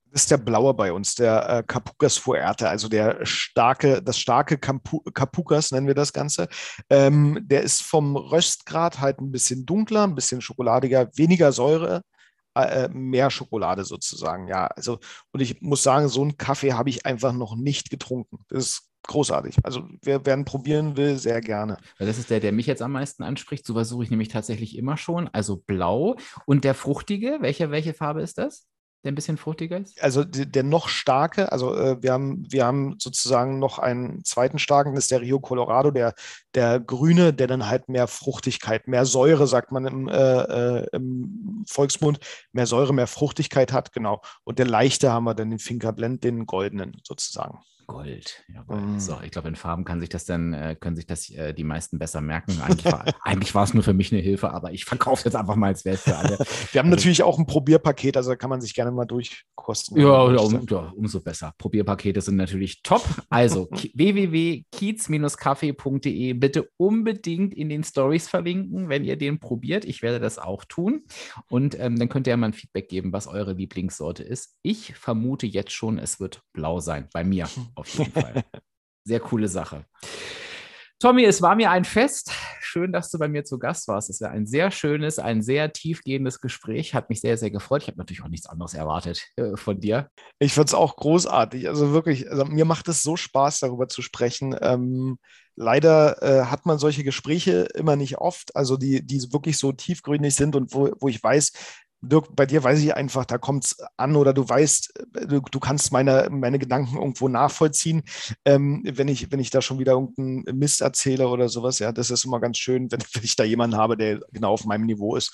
Das ist der blaue bei uns, der äh, Capucas Fuerte, also der starke, das starke Campu Capucas nennen wir das Ganze. Ähm, der ist vom Röstgrad halt ein bisschen dunkler, ein bisschen schokoladiger, weniger Säure, äh, mehr Schokolade sozusagen. Ja, also und ich muss sagen, so einen Kaffee habe ich einfach noch nicht getrunken. Das ist großartig. Also wer, wer ihn probieren will, sehr gerne. Weil das ist der, der mich jetzt am meisten anspricht. So was suche ich nämlich tatsächlich immer schon. Also blau. Und der fruchtige, welche, welche Farbe ist das? Der ein bisschen fruchtiger ist? Also der, der noch starke, also äh, wir haben, wir haben sozusagen noch einen zweiten starken, das ist der Rio Colorado, der, der grüne, der dann halt mehr Fruchtigkeit, mehr Säure, sagt man im, äh, äh, im Volksmund, mehr Säure, mehr Fruchtigkeit hat, genau. Und der leichte haben wir dann den Finca Blend, den goldenen sozusagen. Gold, jawohl. Mm. So, ich glaube, in Farben kann sich das dann, äh, können sich das äh, die meisten besser merken. Eigentlich war, eigentlich war es nur für mich eine Hilfe, aber ich verkaufe jetzt einfach mal, als wäre es für alle. Wir haben Also, natürlich auch ein Probierpaket, also da kann man sich gerne mal durchkosten. ja, ja, um, ja, umso besser. Probierpakete sind natürlich top. Also w w w punkt kiez kaffee punkt de bitte unbedingt in den Stories verlinken, wenn ihr den probiert. Ich werde das auch tun. Und ähm, dann könnt ihr ja mal ein Feedback geben, was eure Lieblingssorte ist. Ich vermute jetzt schon, es wird blau sein. Bei mir auf jeden Fall. Sehr coole Sache. Tommy, es war mir ein Fest. Schön, dass du bei mir zu Gast warst. Es war ein sehr schönes, ein sehr tiefgehendes Gespräch. Hat mich sehr, sehr gefreut. Ich habe natürlich auch nichts anderes erwartet äh, von dir. Ich finde es auch großartig. Also wirklich, also mir macht es so Spaß, darüber zu sprechen. Ähm, leider äh, hat man solche Gespräche immer nicht oft, also die, die wirklich so tiefgründig sind und wo, wo ich weiß, Dirk, bei dir weiß ich einfach, da kommt es an oder du weißt, du, du kannst meine, meine Gedanken irgendwo nachvollziehen. Ähm, wenn ich, wenn ich da schon wieder irgendeinen Mist erzähle oder sowas, ja, das ist immer ganz schön, wenn, wenn ich da jemanden habe, der genau auf meinem Niveau ist.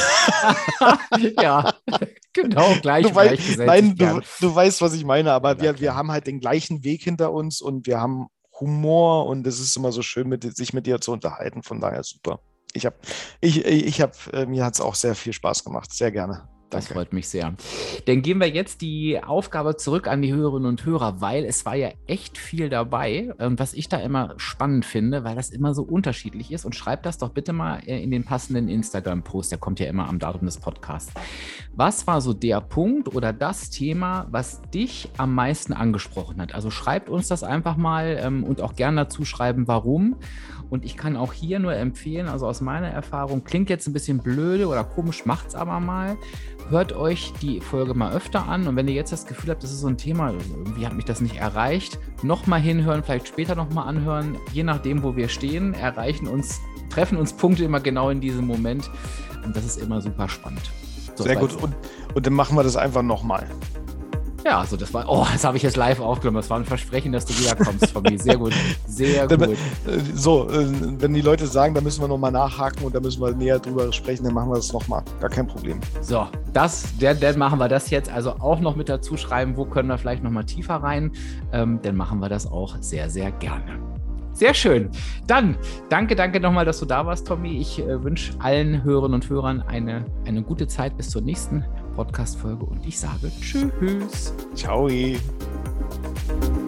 Ja, genau, gleich. Du weißt, nein, du, du weißt, was ich meine, aber ja, wir, wir haben halt den gleichen Weg hinter uns und wir haben Humor und es ist immer so schön, mit, sich mit dir zu unterhalten. Von daher super. Ich habe, ich, ich habe, äh, mir hat es auch sehr viel Spaß gemacht. Sehr gerne. Das freut mich sehr. Dann geben wir jetzt die Aufgabe zurück an die Hörerinnen und Hörer, weil es war ja echt viel dabei, was ich da immer spannend finde, weil das immer so unterschiedlich ist. Und schreibt das doch bitte mal in den passenden Instagram-Post, der kommt ja immer am Datum des Podcasts. Was war so der Punkt oder das Thema, was dich am meisten angesprochen hat? Also schreibt uns das einfach mal ähm, und auch gerne dazu schreiben, warum. Und ich kann auch hier nur empfehlen, also aus meiner Erfahrung, klingt jetzt ein bisschen blöde oder komisch, macht's aber mal. Hört euch die Folge mal öfter an und wenn ihr jetzt das Gefühl habt, das ist so ein Thema, irgendwie hat mich das nicht erreicht, nochmal hinhören, vielleicht später nochmal anhören, je nachdem, wo wir stehen, erreichen uns, treffen uns Punkte immer genau in diesem Moment und das ist immer super spannend. So, sehr gut und, und dann machen wir das einfach nochmal. Ja, also das war, oh, das habe ich jetzt live aufgenommen. Das war ein Versprechen, dass du wiederkommst von mir. Sehr gut, sehr gut. So, wenn die Leute sagen, da müssen wir nochmal nachhaken und da müssen wir näher drüber sprechen, dann machen wir das nochmal. Gar kein Problem. So, das, dann, dann machen wir das jetzt. Also auch noch mit dazu schreiben, wo können wir vielleicht nochmal tiefer rein. Ähm, dann machen wir das auch sehr, sehr gerne. Sehr schön. Dann danke, danke nochmal, dass du da warst, Tommy. Ich äh, wünsche allen Hörerinnen und Hörern eine, eine gute Zeit bis zur nächsten Podcast-Folge und ich sage Tschüss. Ciao.